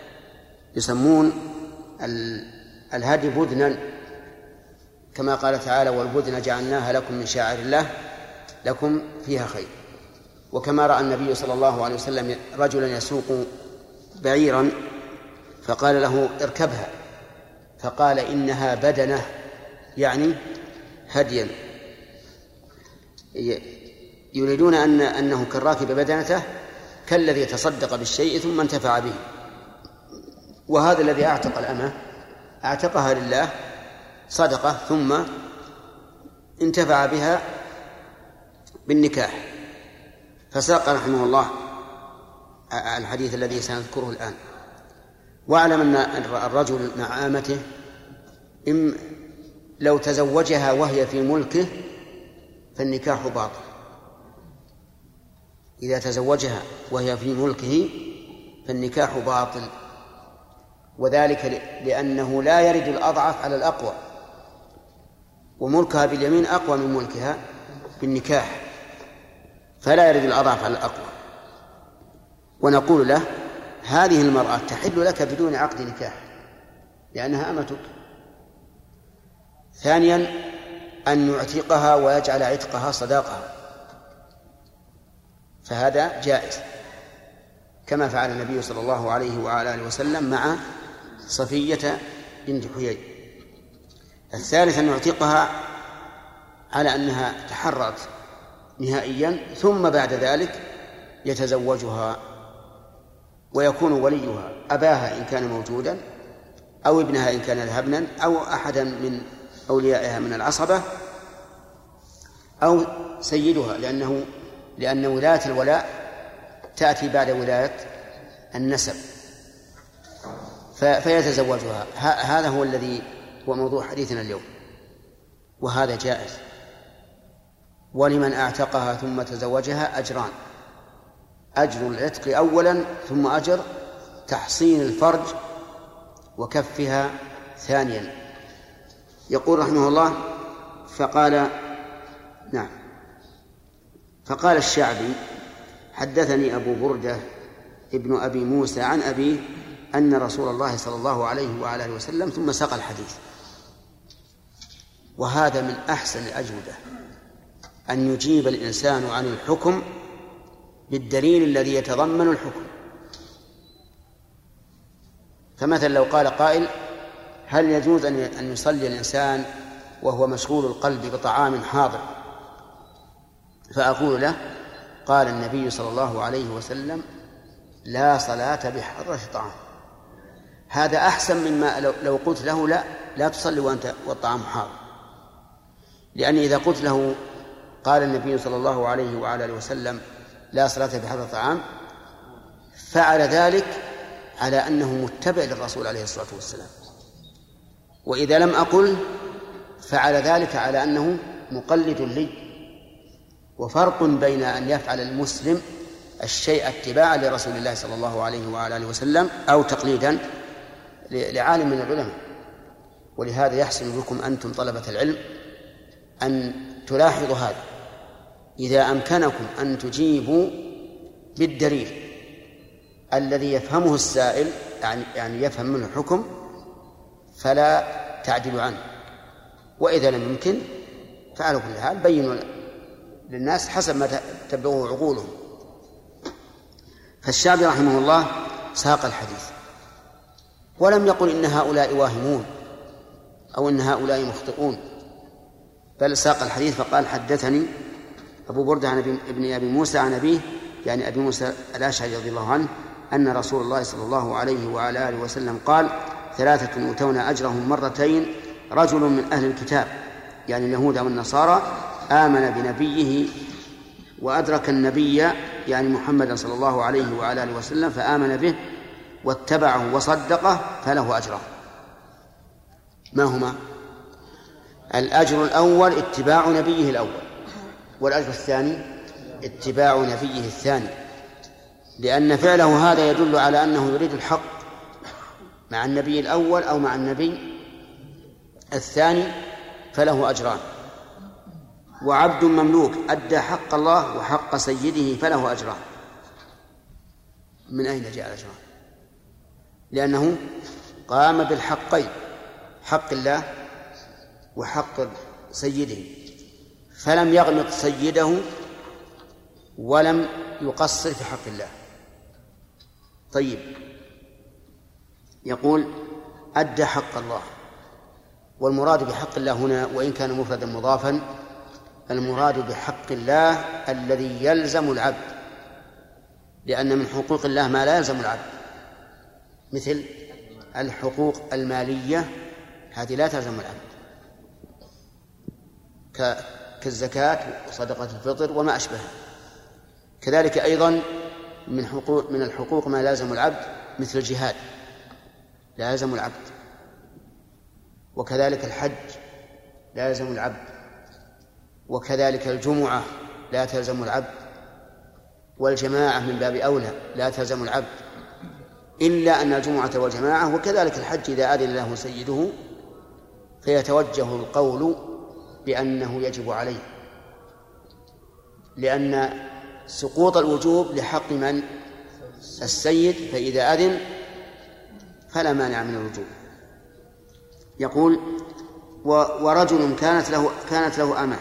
يسمون الهدي بدنا كما قال تعالى والبدن جعلناها لكم من شعائر الله لكم فيها خير. وكما رأى النبي صلى الله عليه وسلم رجلا يسوق بعيرا فقال له اركبها فقال إنها بدنة يعني هديا، يريدون أن أنه كالراكب بدنته كالذي تصدق بالشيء ثم انتفع به. وهذا الذي أعتق الأمة أعتقها لله صدقة ثم انتفع بها بالنكاح. فساق رحمه الله الحديث الذي سنذكره الآن. واعلم أن الرجل مع آمته إن لو تزوجها وهي في ملكه فالنكاح باطل. إذا تزوجها وهي في ملكه فالنكاح باطل، وذلك لأنه لا يرد الأضعف على الأقوى، وملكها باليمين أقوى من ملكها بالنكاح، فلا يرد الأضعف على الأقوى. ونقول له هذه المرأة تحل لك بدون عقد نكاح لأنها أمتك. ثانيا أن يعتقها ويجعل عتقها صداقها، فهذا جائز كما فعل النبي صلى الله عليه وعلى آله وسلم مع صفية بنت حيي. الثالث أن يعتقها على أنها تحررت نهائيا ثم بعد ذلك يتزوجها ويكون وليها أباها إن كان موجودا أو ابنها إن كان ذهبنا أو أحدا من أوليائها من العصبة أو سيدها، لأنه لأن ولاية الولاء تأتي بعد ولاية النسب فيتزوجها. هذا هو الذي هو موضوع حديثنا اليوم، وهذا جائز. ولمن أعتقها ثم تزوجها أجران: أجر العتق أولا ثم أجر تحصين الفرج وكفها ثانيا. يقول رحمه الله فقال نعم فقال الشعبي حدثني أبو بردة ابن أبي موسى عن أبيه أن رسول الله صلى الله عليه وعلى آله وسلم ثم ساق الحديث. وهذا من أحسن الأجوبة أن يجيب الإنسان عن الحكم بالدليل الذي يتضمن الحكم. فمثلا لو قال قائل هل يجوز أن يصلي الإنسان وهو مشغول القلب بطعام حاضر؟ فأقول له قال النبي صلى الله عليه وسلم لا صلاة بحضرة طعام. هذا أحسن مما لو قلت له لا لا تصلي وأنت والطعام حاضر، لأن إذا قلت له قال النبي صلى الله عليه وعلى آله وسلم لا صلاة بحضر الطعام، فعل ذلك على أنه متبع للرسول عليه الصلاة والسلام. وإذا لم أقل فعل ذلك على أنه مقلد لي. وفرق بين أن يفعل المسلم الشيء اتباعا لرسول الله صلى الله عليه وعلى آله وسلم أو تقليدا لعالم من العلماء. ولهذا يحسن بكم أنتم طلبة العلم أن تلاحظوا هذا، إذا أمكنكم أن تجيبوا بالدليل الذي يفهمه السائل، يعني يعني يفهم منه الحكم، فلا تعدلوا عنه. وإذا لم يمكن فعلوا كل حال بينوا للناس حسب ما تبلغه عقولهم. فالشعبي رحمه الله ساق الحديث ولم يقل إن هؤلاء واهمون أو إن هؤلاء مخطئون، بل ساق الحديث فقال حدثني أبو بردة عن ابن أبي موسى عن أبيه، يعني أبي موسى الأشعري رضي الله عنه، أن رسول الله صلى الله عليه وعلى آله وسلم قال ثلاثة يؤتون أجرهم مرتين، رجل من أهل الكتاب يعني اليهود والنصارى آمن بنبيه وأدرك النبي يعني محمد صلى الله عليه وعلى آله وسلم فآمن به واتبعه وصدقه فله أجره. ما هما؟ الأجر الأول اتباع نبيه الأول، والأجر الثاني اتباع نبيه الثاني، لأن فعله هذا يدل على أنه يريد الحق مع النبي الأول أو مع النبي الثاني فله أجران. وعبد مملوك أدى حق الله وحق سيده فله أجران. من أين جاء الأجران؟ لأنه قام بالحقين، حق الله وحق سيده، فلم يغمط سيده ولم يقصر في حق الله. طيب، يقول أدى حق الله، والمراد بحق الله هنا وإن كان مفردا مضافا، المراد بحق الله الذي يلزم العبد، لأن من حقوق الله ما لا يلزم العبد، مثل الحقوق المالية هذه لا تلزم العبد كالزكاة وصدقة الفطر وما أشبهها. كذلك أيضا من حقوق من الحقوق ما لازم العبد مثل الجهاد لا يلزم العبد، وكذلك الحج لا يلزم العبد، وكذلك الجمعة لا تلزم العبد، والجماعة من باب أولى لا تلزم العبد، إلا أن الجمعة والجماعة وكذلك الحج إذا أذن له سيده فيتوجه القول بأنه يجب عليه، لأن سقوط الوجوب لحق من؟ السيد، فإذا أذن فلا مانع من الوجوب. يقول ورجل كانت له كانت له أمة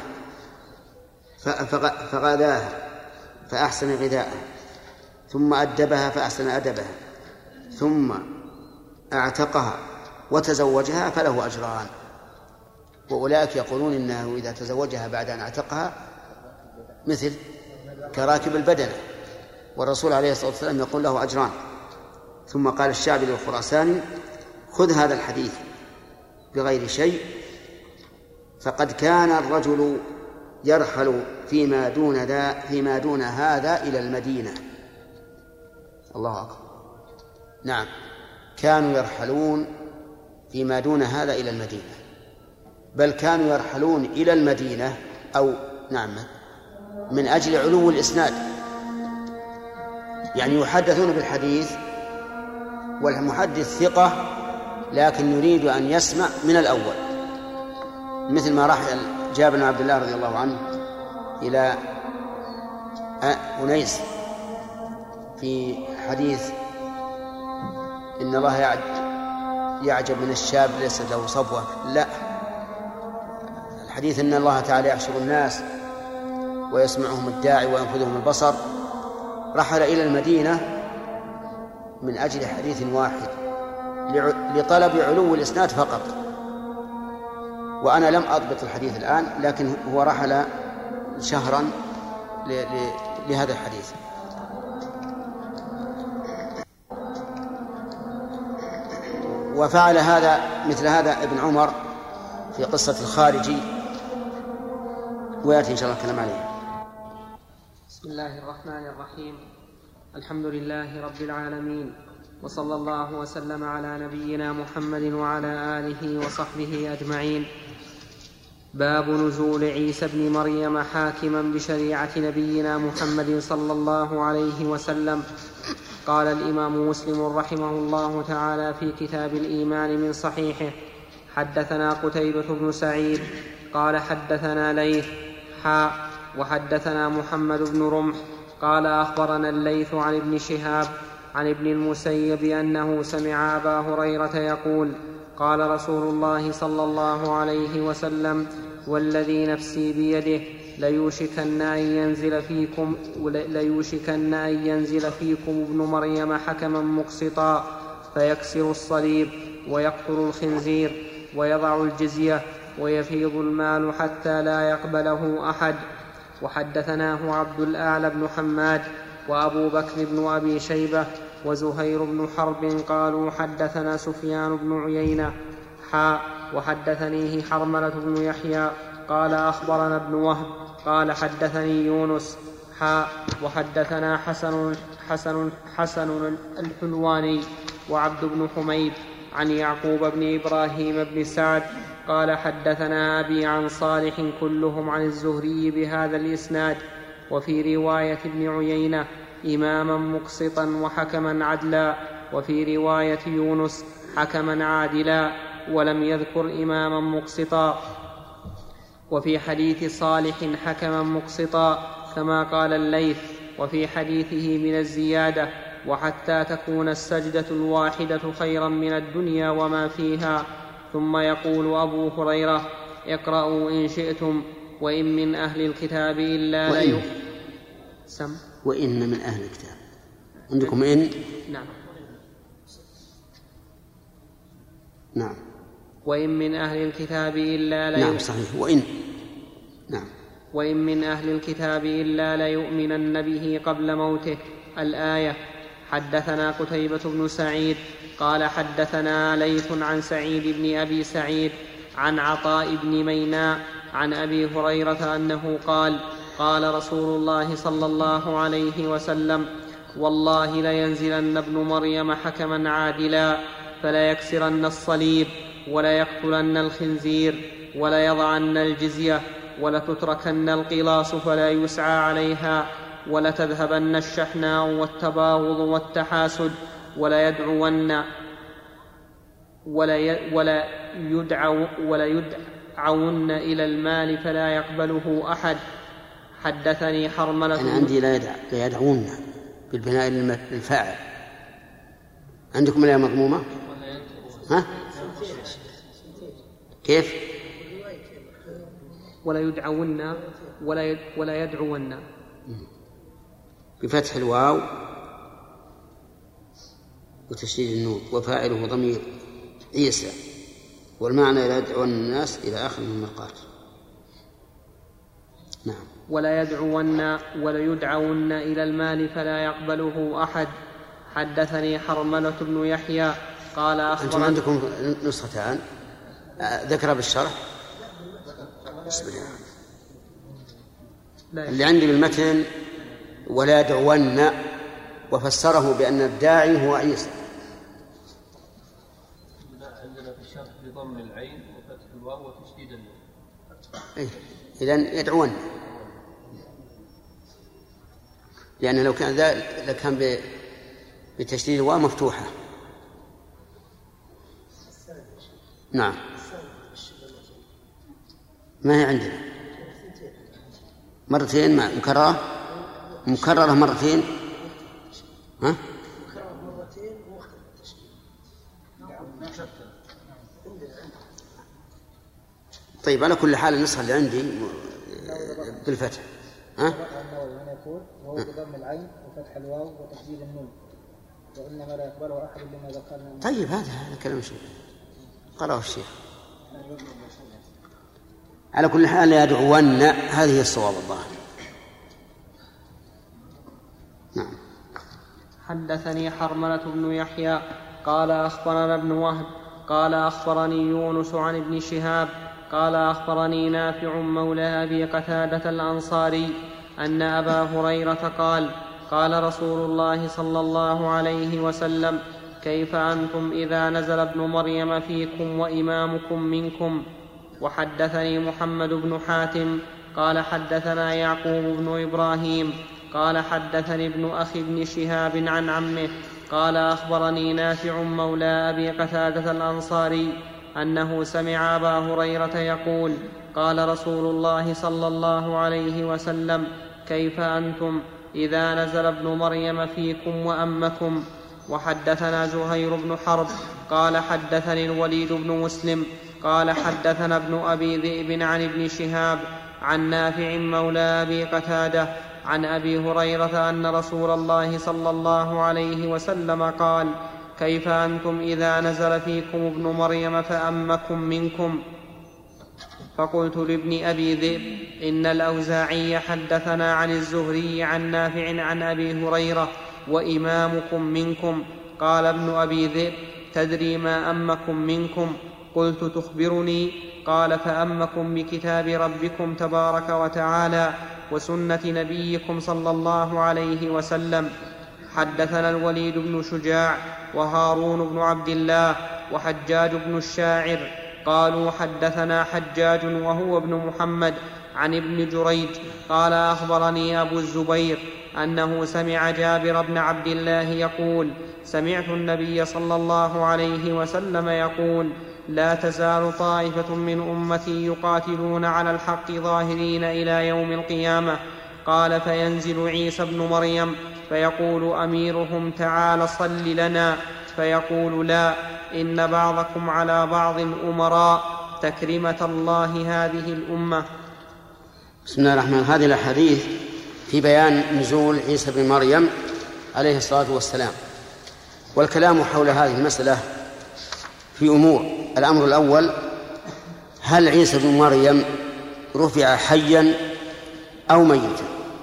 فغذاها فأحسن غذاءها ثم أدبها فأحسن أدبها ثم أعتقها وتزوجها فله أجران. وأولئك يقولون إنه إذا تزوجها بعد أن أعتقها مثل كراكب البدنة، والرسول عليه الصلاة والسلام يقول له أجران. ثم قال الشعبي للخراساني خذ هذا الحديث بغير شيء، فقد كان الرجل يرحل فيما دون ذا فيما دون هذا إلى المدينة. الله أكبر. نعم، كانوا يرحلون فيما دون هذا إلى المدينة، بل كانوا يرحلون إلى المدينة أو نعم من أجل علو الإسناد، يعني يحدثون بالحديث والمحدث ثقة لكن يريد أن يسمع من الأول، مثل ما رحل جابر بن عبد الله رضي الله عنه إلى أنيس في حديث إن الله يعجب من الشاب ليس له صبوة، لا، الحديث إن الله تعالى يحشر الناس ويسمعهم الداعي وينفذهم البصر. رحل إلى المدينة من أجل حديث واحد لطلب علو الإسناد فقط، وأنا لم أضبط الحديث الآن، لكن هو رحل شهرا لهذا الحديث. وفعل هذا مثل هذا ابن عمر في قصة الخارجي ويأتي إن شاء الله الكلام عليه. بسم الله الرحمن الرحيم. الحمد لله رب العالمين، وصلى الله وسلم على نبينا محمد وعلى آله وصحبه أجمعين. باب نزول عيسى ابن مريم حاكما بشريعة نبينا محمد صلى الله عليه وسلم. قال الإمام مسلم رحمه الله تعالى في كتاب الإيمان من صحيحه: حدثنا قتيبة بن سعيد قال حدثنا ليث حاء وحدثنا محمد بن رمح قال أخبرنا الليث عن ابن شهاب عن ابن المسيب أنه سمع أبا هريرة يقول: قال رسول الله صلى الله عليه وسلم: والذي نفسي بيده ليوشكن أن ينزل فيكم, ليوشكن أن ينزل فيكم ابن مريم حكما مقسطا فيكسر الصليب ويقتل الخنزير ويضع الجزية ويفيض المال حتى لا يقبله أحد. وحدثناه عبد الأعلى بن حماد وأبو بكر بن أبي شيبة وزهير بن حرب قالوا حدثنا سفيان بن عيينة حاء وحدثنيه حرملة بن يحيى قال أخبرنا ابن وهب قال حدثني يونس حاء وحدثنا حسن, حسن, حسن الحلواني وعبد بن حميد عن يعقوب بن إبراهيم بن سعد قال حدثنا أبي عن صالح كلهم عن الزهري بهذا الإسناد. وفي رواية ابن عيينة: إماما مقسطا وحكما عدلا، وفي رواية يونس: حكما عادلا، ولم يذكر إماما مقسطا. وفي حديث صالح حكما مقسطا كما قال الليث، وفي حديثه من الزيادة: وحتى تكون السجدة الواحدة خيرا من الدنيا وما فيها. ثم يقول أبو هريرة: اقرأوا إن شئتم وإن من أهل الكتاب إلا وإن, سم وإن من أهل الكتاب عندكم إن؟ نعم نعم وإن من أهل الكتاب إلا ليؤمن نعم صحيح وإن نعم وإن من أهل الكتاب إلا ليؤمنن به قبل موته. الآية. حدثنا قتيبة بن سعيد قال حدثنا ليث عن سعيد بن أبي سعيد عن عطاء بن ميناء عن أبي هريرة أنه قال: قال رسول الله صلى الله عليه وسلم: والله لينزلن ابن مريم حكما عادلا فليكسرن الصليب وليقتلن الخنزير وليضعن الجزية ولتتركن القلاص فلا يسعى عليها ولتذهبن الشحناء والتباغض والتحاسد وليدعون ولا يدعو ولا يدعون إلى المال فلا يقبله أحد. حدثني حرملة. أنا عندي لا, يدع... لا يدعون بالبناء للفاعل. عندكم لا مضمومة؟ ها؟ كيف؟ ولا يدعون ولا يد... ولا يدعون بفتح الواو وتشديد النون وفاعله ضمير عيسى والمعنى لا يدعون الناس إلى آخر المرقات. نعم. ولا يدعون ولا يدعون إلى المال فلا يقبله أحد. حدثني حرملة بن يحيى قال أخبرنا. أنتم عندكم نسختان ذكر بالشرح؟ اللي عندي بالمتن ولا يدعون وفسره بأن الداعي هو عيسى. عندنا في الشرح بضم العين وفتح الواو وتشديد النون. إيه إذن يدعون، لأن لو كان ذا لكان بتشديد الواو مفتوحة. نعم ما هي عندنا مرتين مع مكررة مكررة مرتين. ها؟ طيب على كل حال النسخة اللي عندي بالفتح. ها؟ يقول وهو بضم العين وفتح الواو وتشديد النون وإنما لا يقبله أحد لما ذكرنا. طيب هذا هذا كلام الشيخ قرأه الشيخ. على كل حال يدعون هذه الصواب الظاهر. نعم. حدثني حرملة بن يحيى قال أخبرنا ابن وهب قال أخبرني يونس عن ابن شهاب قال أخبرني نافع مولى أبي قتادة الأنصاري أن أبا هريرة قال قال رسول الله صلى الله عليه وسلم كيف أنتم إذا نزل ابن مريم فيكم وإمامكم منكم. وحدثني محمد بن حاتم قال حدثنا يعقوب بن إبراهيم قال حدثني ابن أخي بن شهاب عن عمه قال أخبرني نافع مولى أبي قتادة الأنصاري أنه سمع أبا هريرة يقول قال رسول الله صلى الله عليه وسلم كيف أنتم إذا نزل ابن مريم فيكم وأمكم. وحدثنا زهير بن حرب قال حدثني الوليد بن مسلم قال حدثنا ابن أبي ذئب عن ابن شهاب عن نافع مولى أبي قتادة عن أبي هريرة أن رسول الله صلى الله عليه وسلم قال كيف أنتم إذا نزل فيكم ابن مريم فأمكم منكم. فقلت لابن أبي ذئب إن الأوزاعي حدثنا عن الزهري عن نافع عن أبي هريرة وإمامكم منكم. قال ابن أبي ذئب تدري ما أمكم منكم؟ قلت تخبرني؟ قال فأمكم بكتاب ربكم تبارك وتعالى وسنة نبيكم صلى الله عليه وسلم. حدثنا الوليد بن شجاع وهارون بن عبد الله وحجاج بن الشاعر قالوا حدثنا حجاج وهو ابن محمد عن ابن جريج قال أخبرني أبو الزبير أنه سمع جابر بن عبد الله يقول سمعت النبي صلى الله عليه وسلم يقول لا تزال طائفة من أمتي يقاتلون على الحق ظاهرين إلى يوم القيامة. قال فينزل عيسى بن مريم فيقول أميرهم تعال صل لنا فيقول لا إن بعضكم على بعض أمراء تكرمة الله هذه الأمة. بسم الله الرحمن الرحيم. هذه الأحاديث في بيان نزول عيسى بن مريم عليه الصلاة والسلام، والكلام حول هذه المسألة في أمور. الأمر الأول هل عيسى بن مريم رفع حيا أو ميتا؟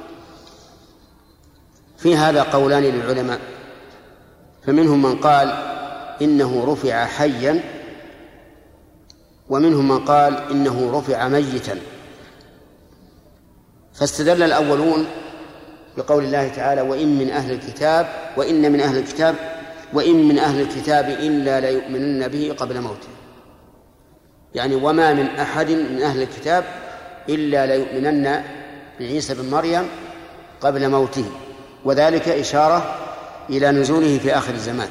في هذا قولان للعلماء، فمنهم من قال إنه رفع حيا ومنهم من قال إنه رفع ميتا. فاستدل الأولون بقول الله تعالى وإن من أهل الكتاب وإن من أهل الكتاب وإن من أهل الكتاب إلا ليؤمنن به قبل موته، يعني وما من أحد من أهل الكتاب إلا ليؤمنن بعيسى بن مريم قبل موته، وذلك إشارة إلى نزوله في آخر الزمان.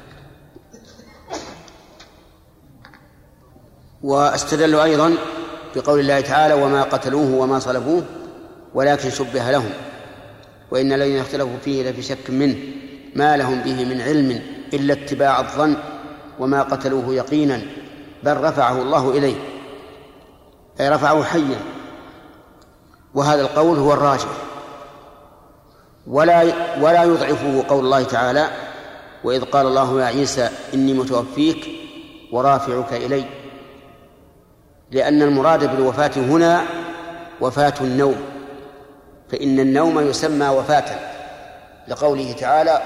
واستدلوا أيضا بقول الله تعالى وما قتلوه وما صلبوه ولكن شبه لهم وإن الذين اختلفوا فيه لفي شك منه ما لهم به من علم إلا اتباع الظن وما قتلوه يقينا بل رفعه الله إليه، أي رفعه حيا. وهذا القول هو الراجح، ولا ولا يضعفه قول الله تعالى وإذ قال الله يا عيسى إني متوفيك ورافعك إلي، لأن المراد بالوفاة هنا وفاة النوم، فإن النوم يسمى وفاة لقوله تعالى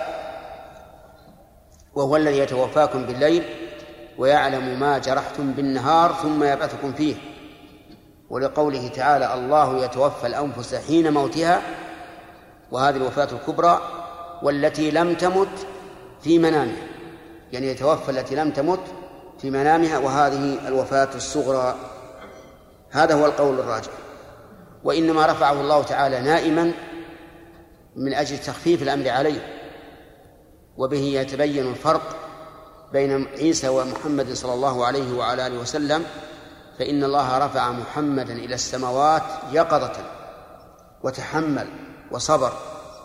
وهو الذي يتوفاكم بالليل ويعلم ما جرحتم بالنهار ثم يبعثكم فيه، ولقوله تعالى الله يتوفى الأنفس حين موتها، وهذه الوفاة الكبرى والتي لم تمت في منامها، يعني يتوفى التي لم تمت في منامها، وهذه الوفاة الصغرى. هذا هو القول الراجح. وإنما رفعه الله تعالى نائما من أجل تخفيف الأمر عليه، وبه يتبين الفرق بين عيسى ومحمد صلى الله عليه وعلى آله وسلم، فإن الله رفع محمدا إلى السماوات يقظة وتحمل وصبر،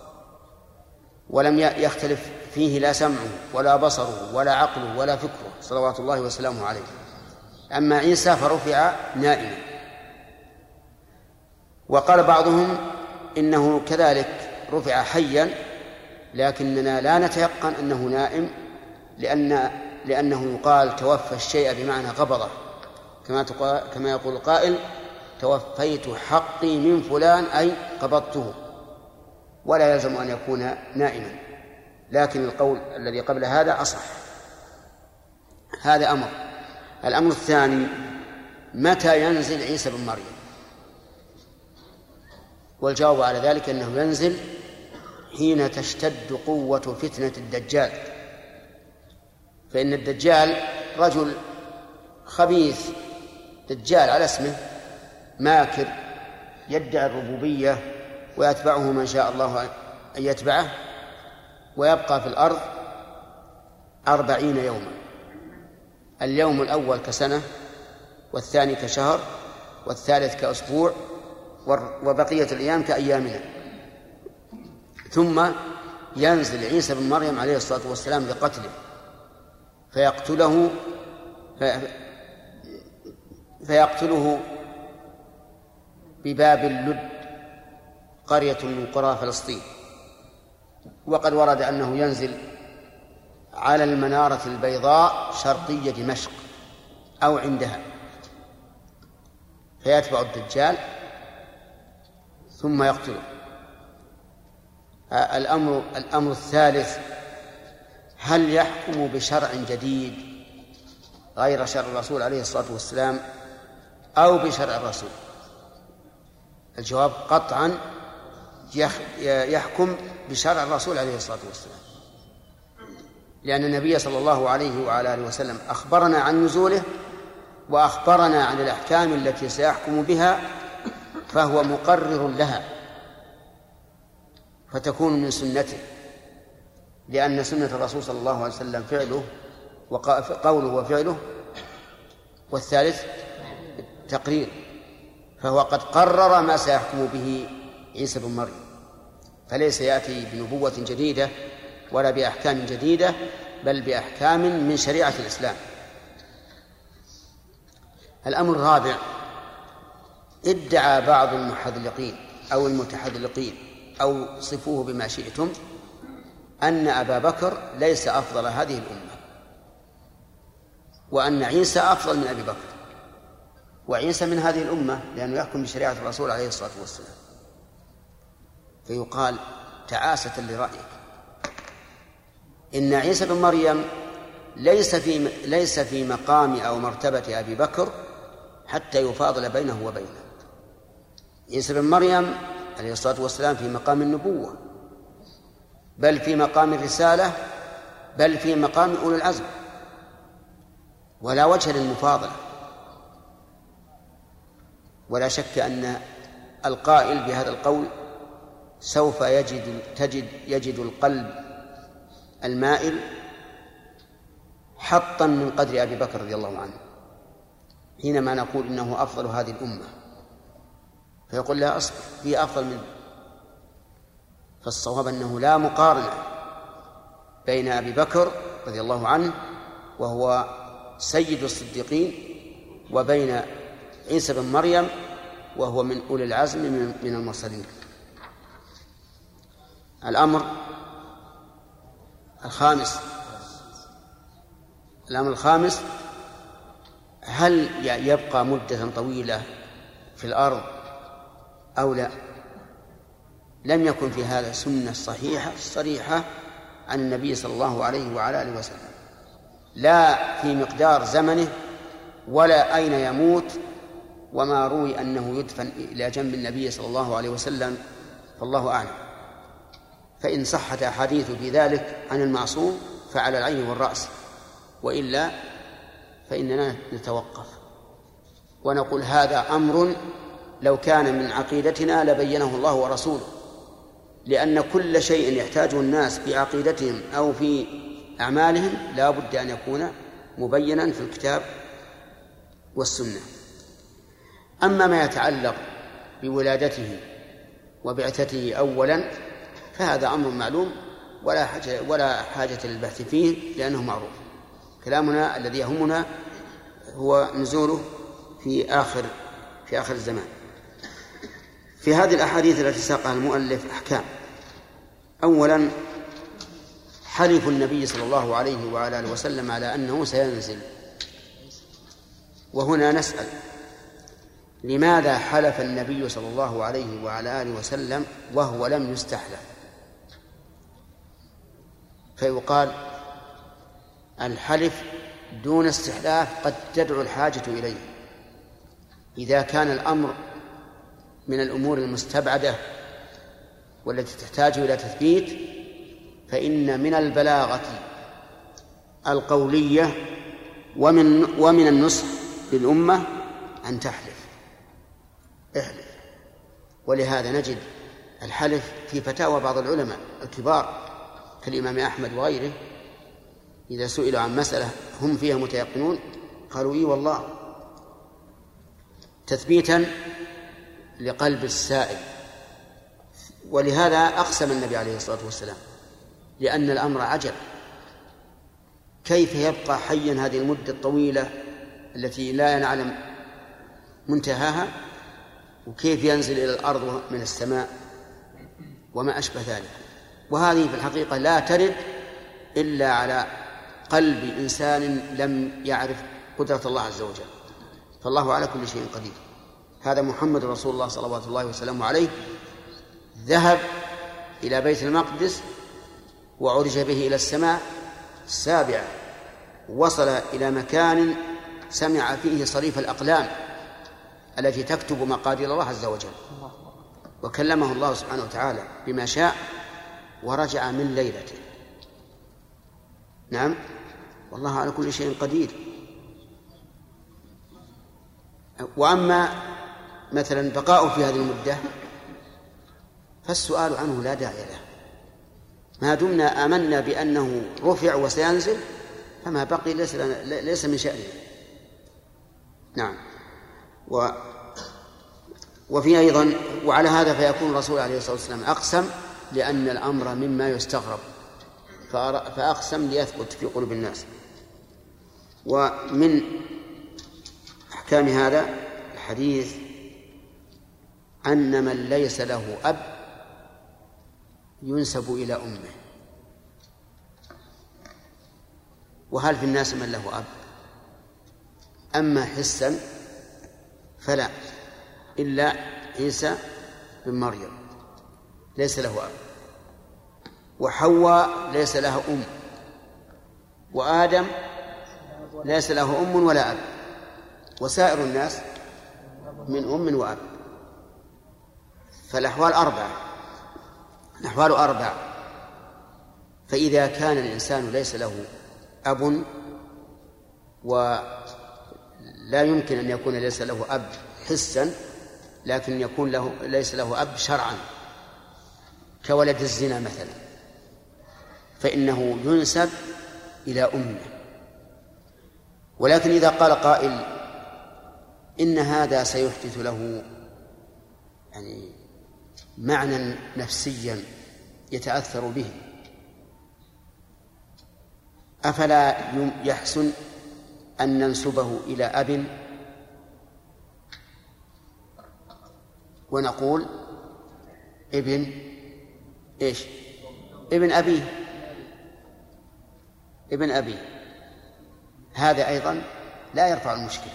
ولم يختلف فيه لا سمعه ولا بصره ولا عقله ولا فكره صلوات الله وسلامه عليه. أما عيسى فرفع نائما. وقال بعضهم إنه كذلك رفع حيا، لكننا لا نتيقن أنه نائم، لأن لأنه يقال توفى الشيء بمعنى قبضه، كما كما يقول القائل توفيت حقي من فلان أي قبضته، ولا يلزم أن يكون نائما، لكن القول الذي قبل هذا أصح. هذا أمر. الأمر الثاني متى ينزل عيسى بن مريم؟ والجواب على ذلك أنه ينزل حين تشتد قوة فتنة الدجال، فإن الدجال رجل خبيث، دجال على اسمه، ماكر، يدعي الربوبية ويتبعه من شاء الله أن يتبعه، ويبقى في الأرض أربعين يوما، اليوم الأول كسنة، والثاني كشهر، والثالث كأسبوع، وبقية الأيام كأيامنا. ثم ينزل عيسى بن مريم عليه الصلاة والسلام لقتله، فيقتله فيقتله بباب اللد، قرية من قرى فلسطين. وقد ورد أنه ينزل على المنارة البيضاء شرقية دمشق أو عندها، فيتبع الدجال ثم يقتله. الأمر الأمر الثالث: هل يحكم بشرع جديد غير شرع الرسول عليه الصلاة والسلام أو بشرع الرسول؟ الجواب: قطعا يحكم بشرع الرسول عليه الصلاة والسلام، لأن النبي صلى الله عليه وعلى آله وسلم أخبرنا عن نزوله وأخبرنا عن الأحكام التي سيحكم بها، فهو مقرر لها، فتكون من سنته، لأن سنة الرسول صلى الله عليه وسلم فعله وقوله وفعله، والثالث تقرير، فهو قد قرر ما سيحكم به عيسى بن مريم، فليس يأتي بنبوة جديدة ولا بأحكام جديدة، بل بأحكام من شريعة الإسلام. الأمر الرابع: ادعى بعض المحذلقين أو المتحذلقين أو صفوه بما شئتم أن أبا بكر ليس أفضل هذه الأمة، وأن عيسى أفضل من أبي بكر، وعيسى من هذه الأمة لأنه يحكم بشريعة الرسول عليه الصلاة والسلام. فيقال تعاسة لرأيك، إن عيسى بن مريم ليس في ليس في مقام أو مرتبة أبي بكر حتى يفاضل بينه وبينه. عيسى بن مريم عليه الصلاة والسلام في مقام النبوة، بل في مقام الرسالة، بل في مقام أولي العزم، ولا وجه للمفاضلة. ولا شك أن القائل بهذا القول سوف يجد تجد يجد القلب المائل حطا من قدر أبي بكر رضي الله عنه حينما نقول إنه أفضل هذه الأمة، فيقول لا أصبر، في أفضل منه. فالصواب أنه لا مقارنة بين أبي بكر رضي الله عنه وهو سيد الصديقين وبين عيسى بن مريم وهو من أولي العزم من المرسلين. الأمر الخامس الأمر الخامس هل يبقى مدة طويلة في الأرض أو لا؟ لم يكن في هذا سنة صحيحة صريحة عن النبي صلى الله عليه وعلى آله وسلم، لا في مقدار زمنه ولا أين يموت، وما روي أنه يدفن إلى جنب النبي صلى الله عليه وسلم فالله أعلم. فإن صحت أحاديث بذلك عن المعصوم فعلى العين والرأس، وإلا فإننا نتوقف ونقول هذا أمر لو كان من عقيدتنا لبينه الله ورسوله، لأن كل شيء يحتاجه الناس في عقيدتهم أو في أعمالهم لا بد أن يكون مبينا في الكتاب والسنة. أما ما يتعلق بولادته وبعثته أولا فهذا أمر معلوم ولا حاجة, ولا حاجة للبحث فيه لأنه معروف. كلامنا الذي يهمنا هو نزوله في آخر في آخر الزمان. في هذه الأحاديث التي ساقها المؤلف أحكام. أولا حلف النبي صلى الله عليه وعلى آله وسلم على أنه سينزل، وهنا نسأل لماذا حلف النبي صلى الله عليه وعلى آله وسلم وهو لم يستحلف؟ فيقال الحلف دون استحلاف قد تدعو الحاجة إليه، إذا كان الأمر من الأمور المستبعدة والتي تحتاج إلى تثبيت فإن من البلاغة القولية ومن ومن النصح للأمة أن تحلف احلف. ولهذا نجد الحلف في فتاوى بعض العلماء الكبار كالإمام أحمد وغيره، إذا سئلوا عن مسألة هم فيها متيقنون قالوا إي والله، تثبيتا لقلب السائل. ولهذا أقسم النبي عليه الصلاة والسلام، لأن الأمر عجب، كيف يبقى حيا هذه المدة الطويلة التي لا نعلم منتهاها، وكيف ينزل إلى الأرض من السماء وما أشبه ذلك. وهذه في الحقيقة لا ترد إلا على قلب إنسان لم يعرف قدرة الله عز وجل، فالله على كل شيء قدير. هذا محمد رسول الله صلوات الله وسلامه عليه، ذهب إلى بيت المقدس وعرج به إلى السماء السابعة، وصل إلى مكان سمع فيه صريف الأقلام التي تكتب مقادير الله عز وجل، وكلمه الله سبحانه وتعالى بما شاء، ورجع من ليلته. نعم، والله على كل شيء قدير. وأما مثلا بقاؤه في هذه المدة فالسؤال عنه لا داعي له، ما دمنا آمنا بأنه رفع وسينزل فما بقي ليس, ليس من شأنه. نعم. و وفي أيضا وعلى هذا فيكون الرسول عليه الصلاة والسلام أقسم لأن الأمر مما يستغرب، فأقسم ليثبت في قلوب الناس. ومن أحكام هذا الحديث أن من ليس له أب ينسب إلى أمه. وهل في الناس من له أب؟ أما حسا فلا، إلا عيسى بن مريم ليس له أب، وحواء ليس لها أم، وآدم ليس له أم ولا أب، وسائر الناس من أم وأب. فالأحوال أربعة، الأحوال أربع. فإذا كان الإنسان ليس له أب ولا يمكن أن يكون ليس له أب حسا، لكن يكون له ليس له أب شرعا كولد الزنا مثلا، فإنه ينسب إلى أمه. ولكن إذا قال قائل إن هذا سيحدث له يعني معنى نفسيا يتأثر به، أفلا يحسن أن ننسبه إلى أب ونقول ابن إيش؟ ابن أبيه، ابن أبيه. هذا أيضا لا يرفع المشكلة،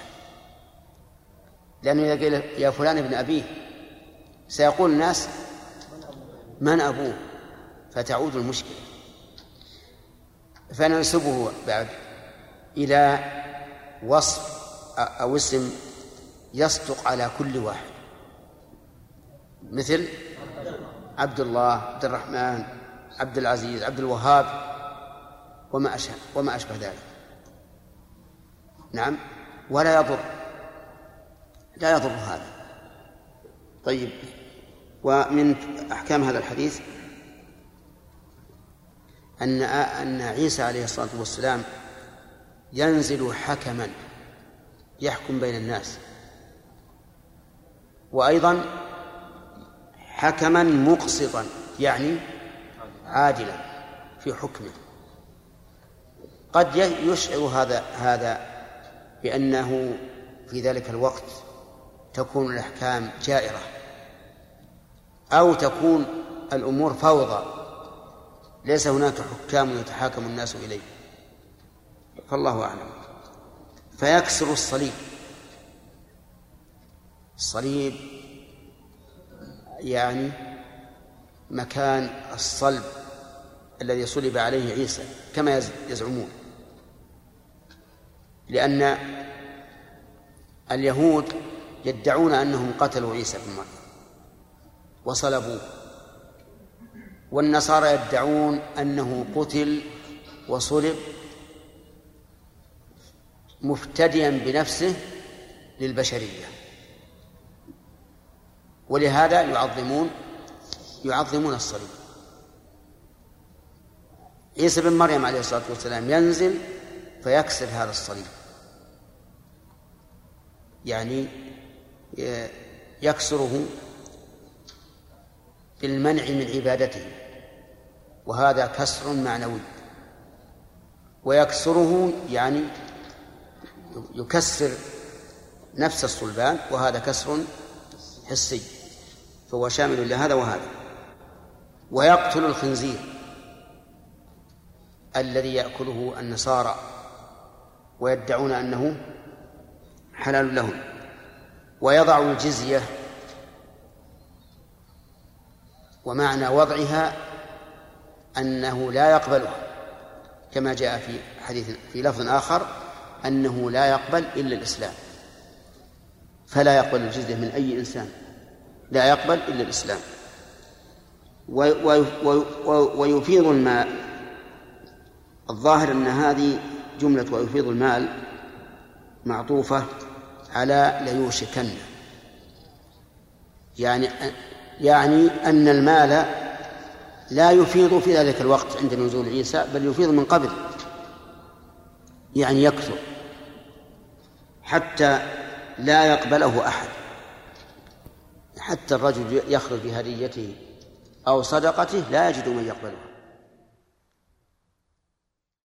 لأنه إذا قيل يا فلان ابن أبيه سيقول الناس من أبوه، فتعود المشكلة. فننسبه بعد إلى وصف أو اسم يصدق على كل واحد، مثل عبد الله، عبد الرحمن، عبد العزيز، عبد الوهاب، وما أشبه, وما أشبه ذلك. نعم، ولا يضر لا يضر هذا. طيب، ومن أحكام هذا الحديث أن أن عيسى عليه الصلاة والسلام ينزل حكما يحكم بين الناس، وأيضا حكما مقسطا يعني عادلا في حكمه. قد يشعر هذا هذا بأنه في ذلك الوقت تكون الأحكام جائرة أو تكون الأمور فوضى، ليس هناك حكام يتحاكم الناس إليه، فالله أعلم. فيكسر الصليب. الصليب يعني مكان الصلب الذي صلب عليه عيسى كما يزعمون، لأن اليهود يدعون أنهم قتلوا عيسى بن مريم وصلبوه، والنصارى يدعون أنه قتل وصلب مفتديا بنفسه للبشرية، ولهذا يعظمون يعظمون الصليب. عيسى بن مريم عليه الصلاة والسلام ينزل فيكسر هذا الصليب، يعني يكسره بالمنع من عبادته، وهذا كسر معنوي، ويكسره يعني يكسر نفس الصلبان، وهذا كسر حسي، فهو شامل لهذا وهذا. ويقتل الخنزير الذي يأكله النصارى ويدعون أنه حلال لهم، ويضع الجزية، ومعنى وضعها أنه لا يقبلها، كما جاء في حديث في لفظ آخر أنه لا يقبل إلا الإسلام، فلا يقبل الجزية من أي إنسان، لا يقبل إلا الإسلام. ويفيض المال، الظاهر أن هذه جملة ويفيض المال معطوفة على ليوشكن، يعني يعني أن المال لا يفيض في ذلك الوقت عند نزول عيسى، بل يفيض من قبل، يعني يكثر حتى لا يقبله أحد، حتى الرجل يخرج بهديته أو صدقته لا يجد من يقبله.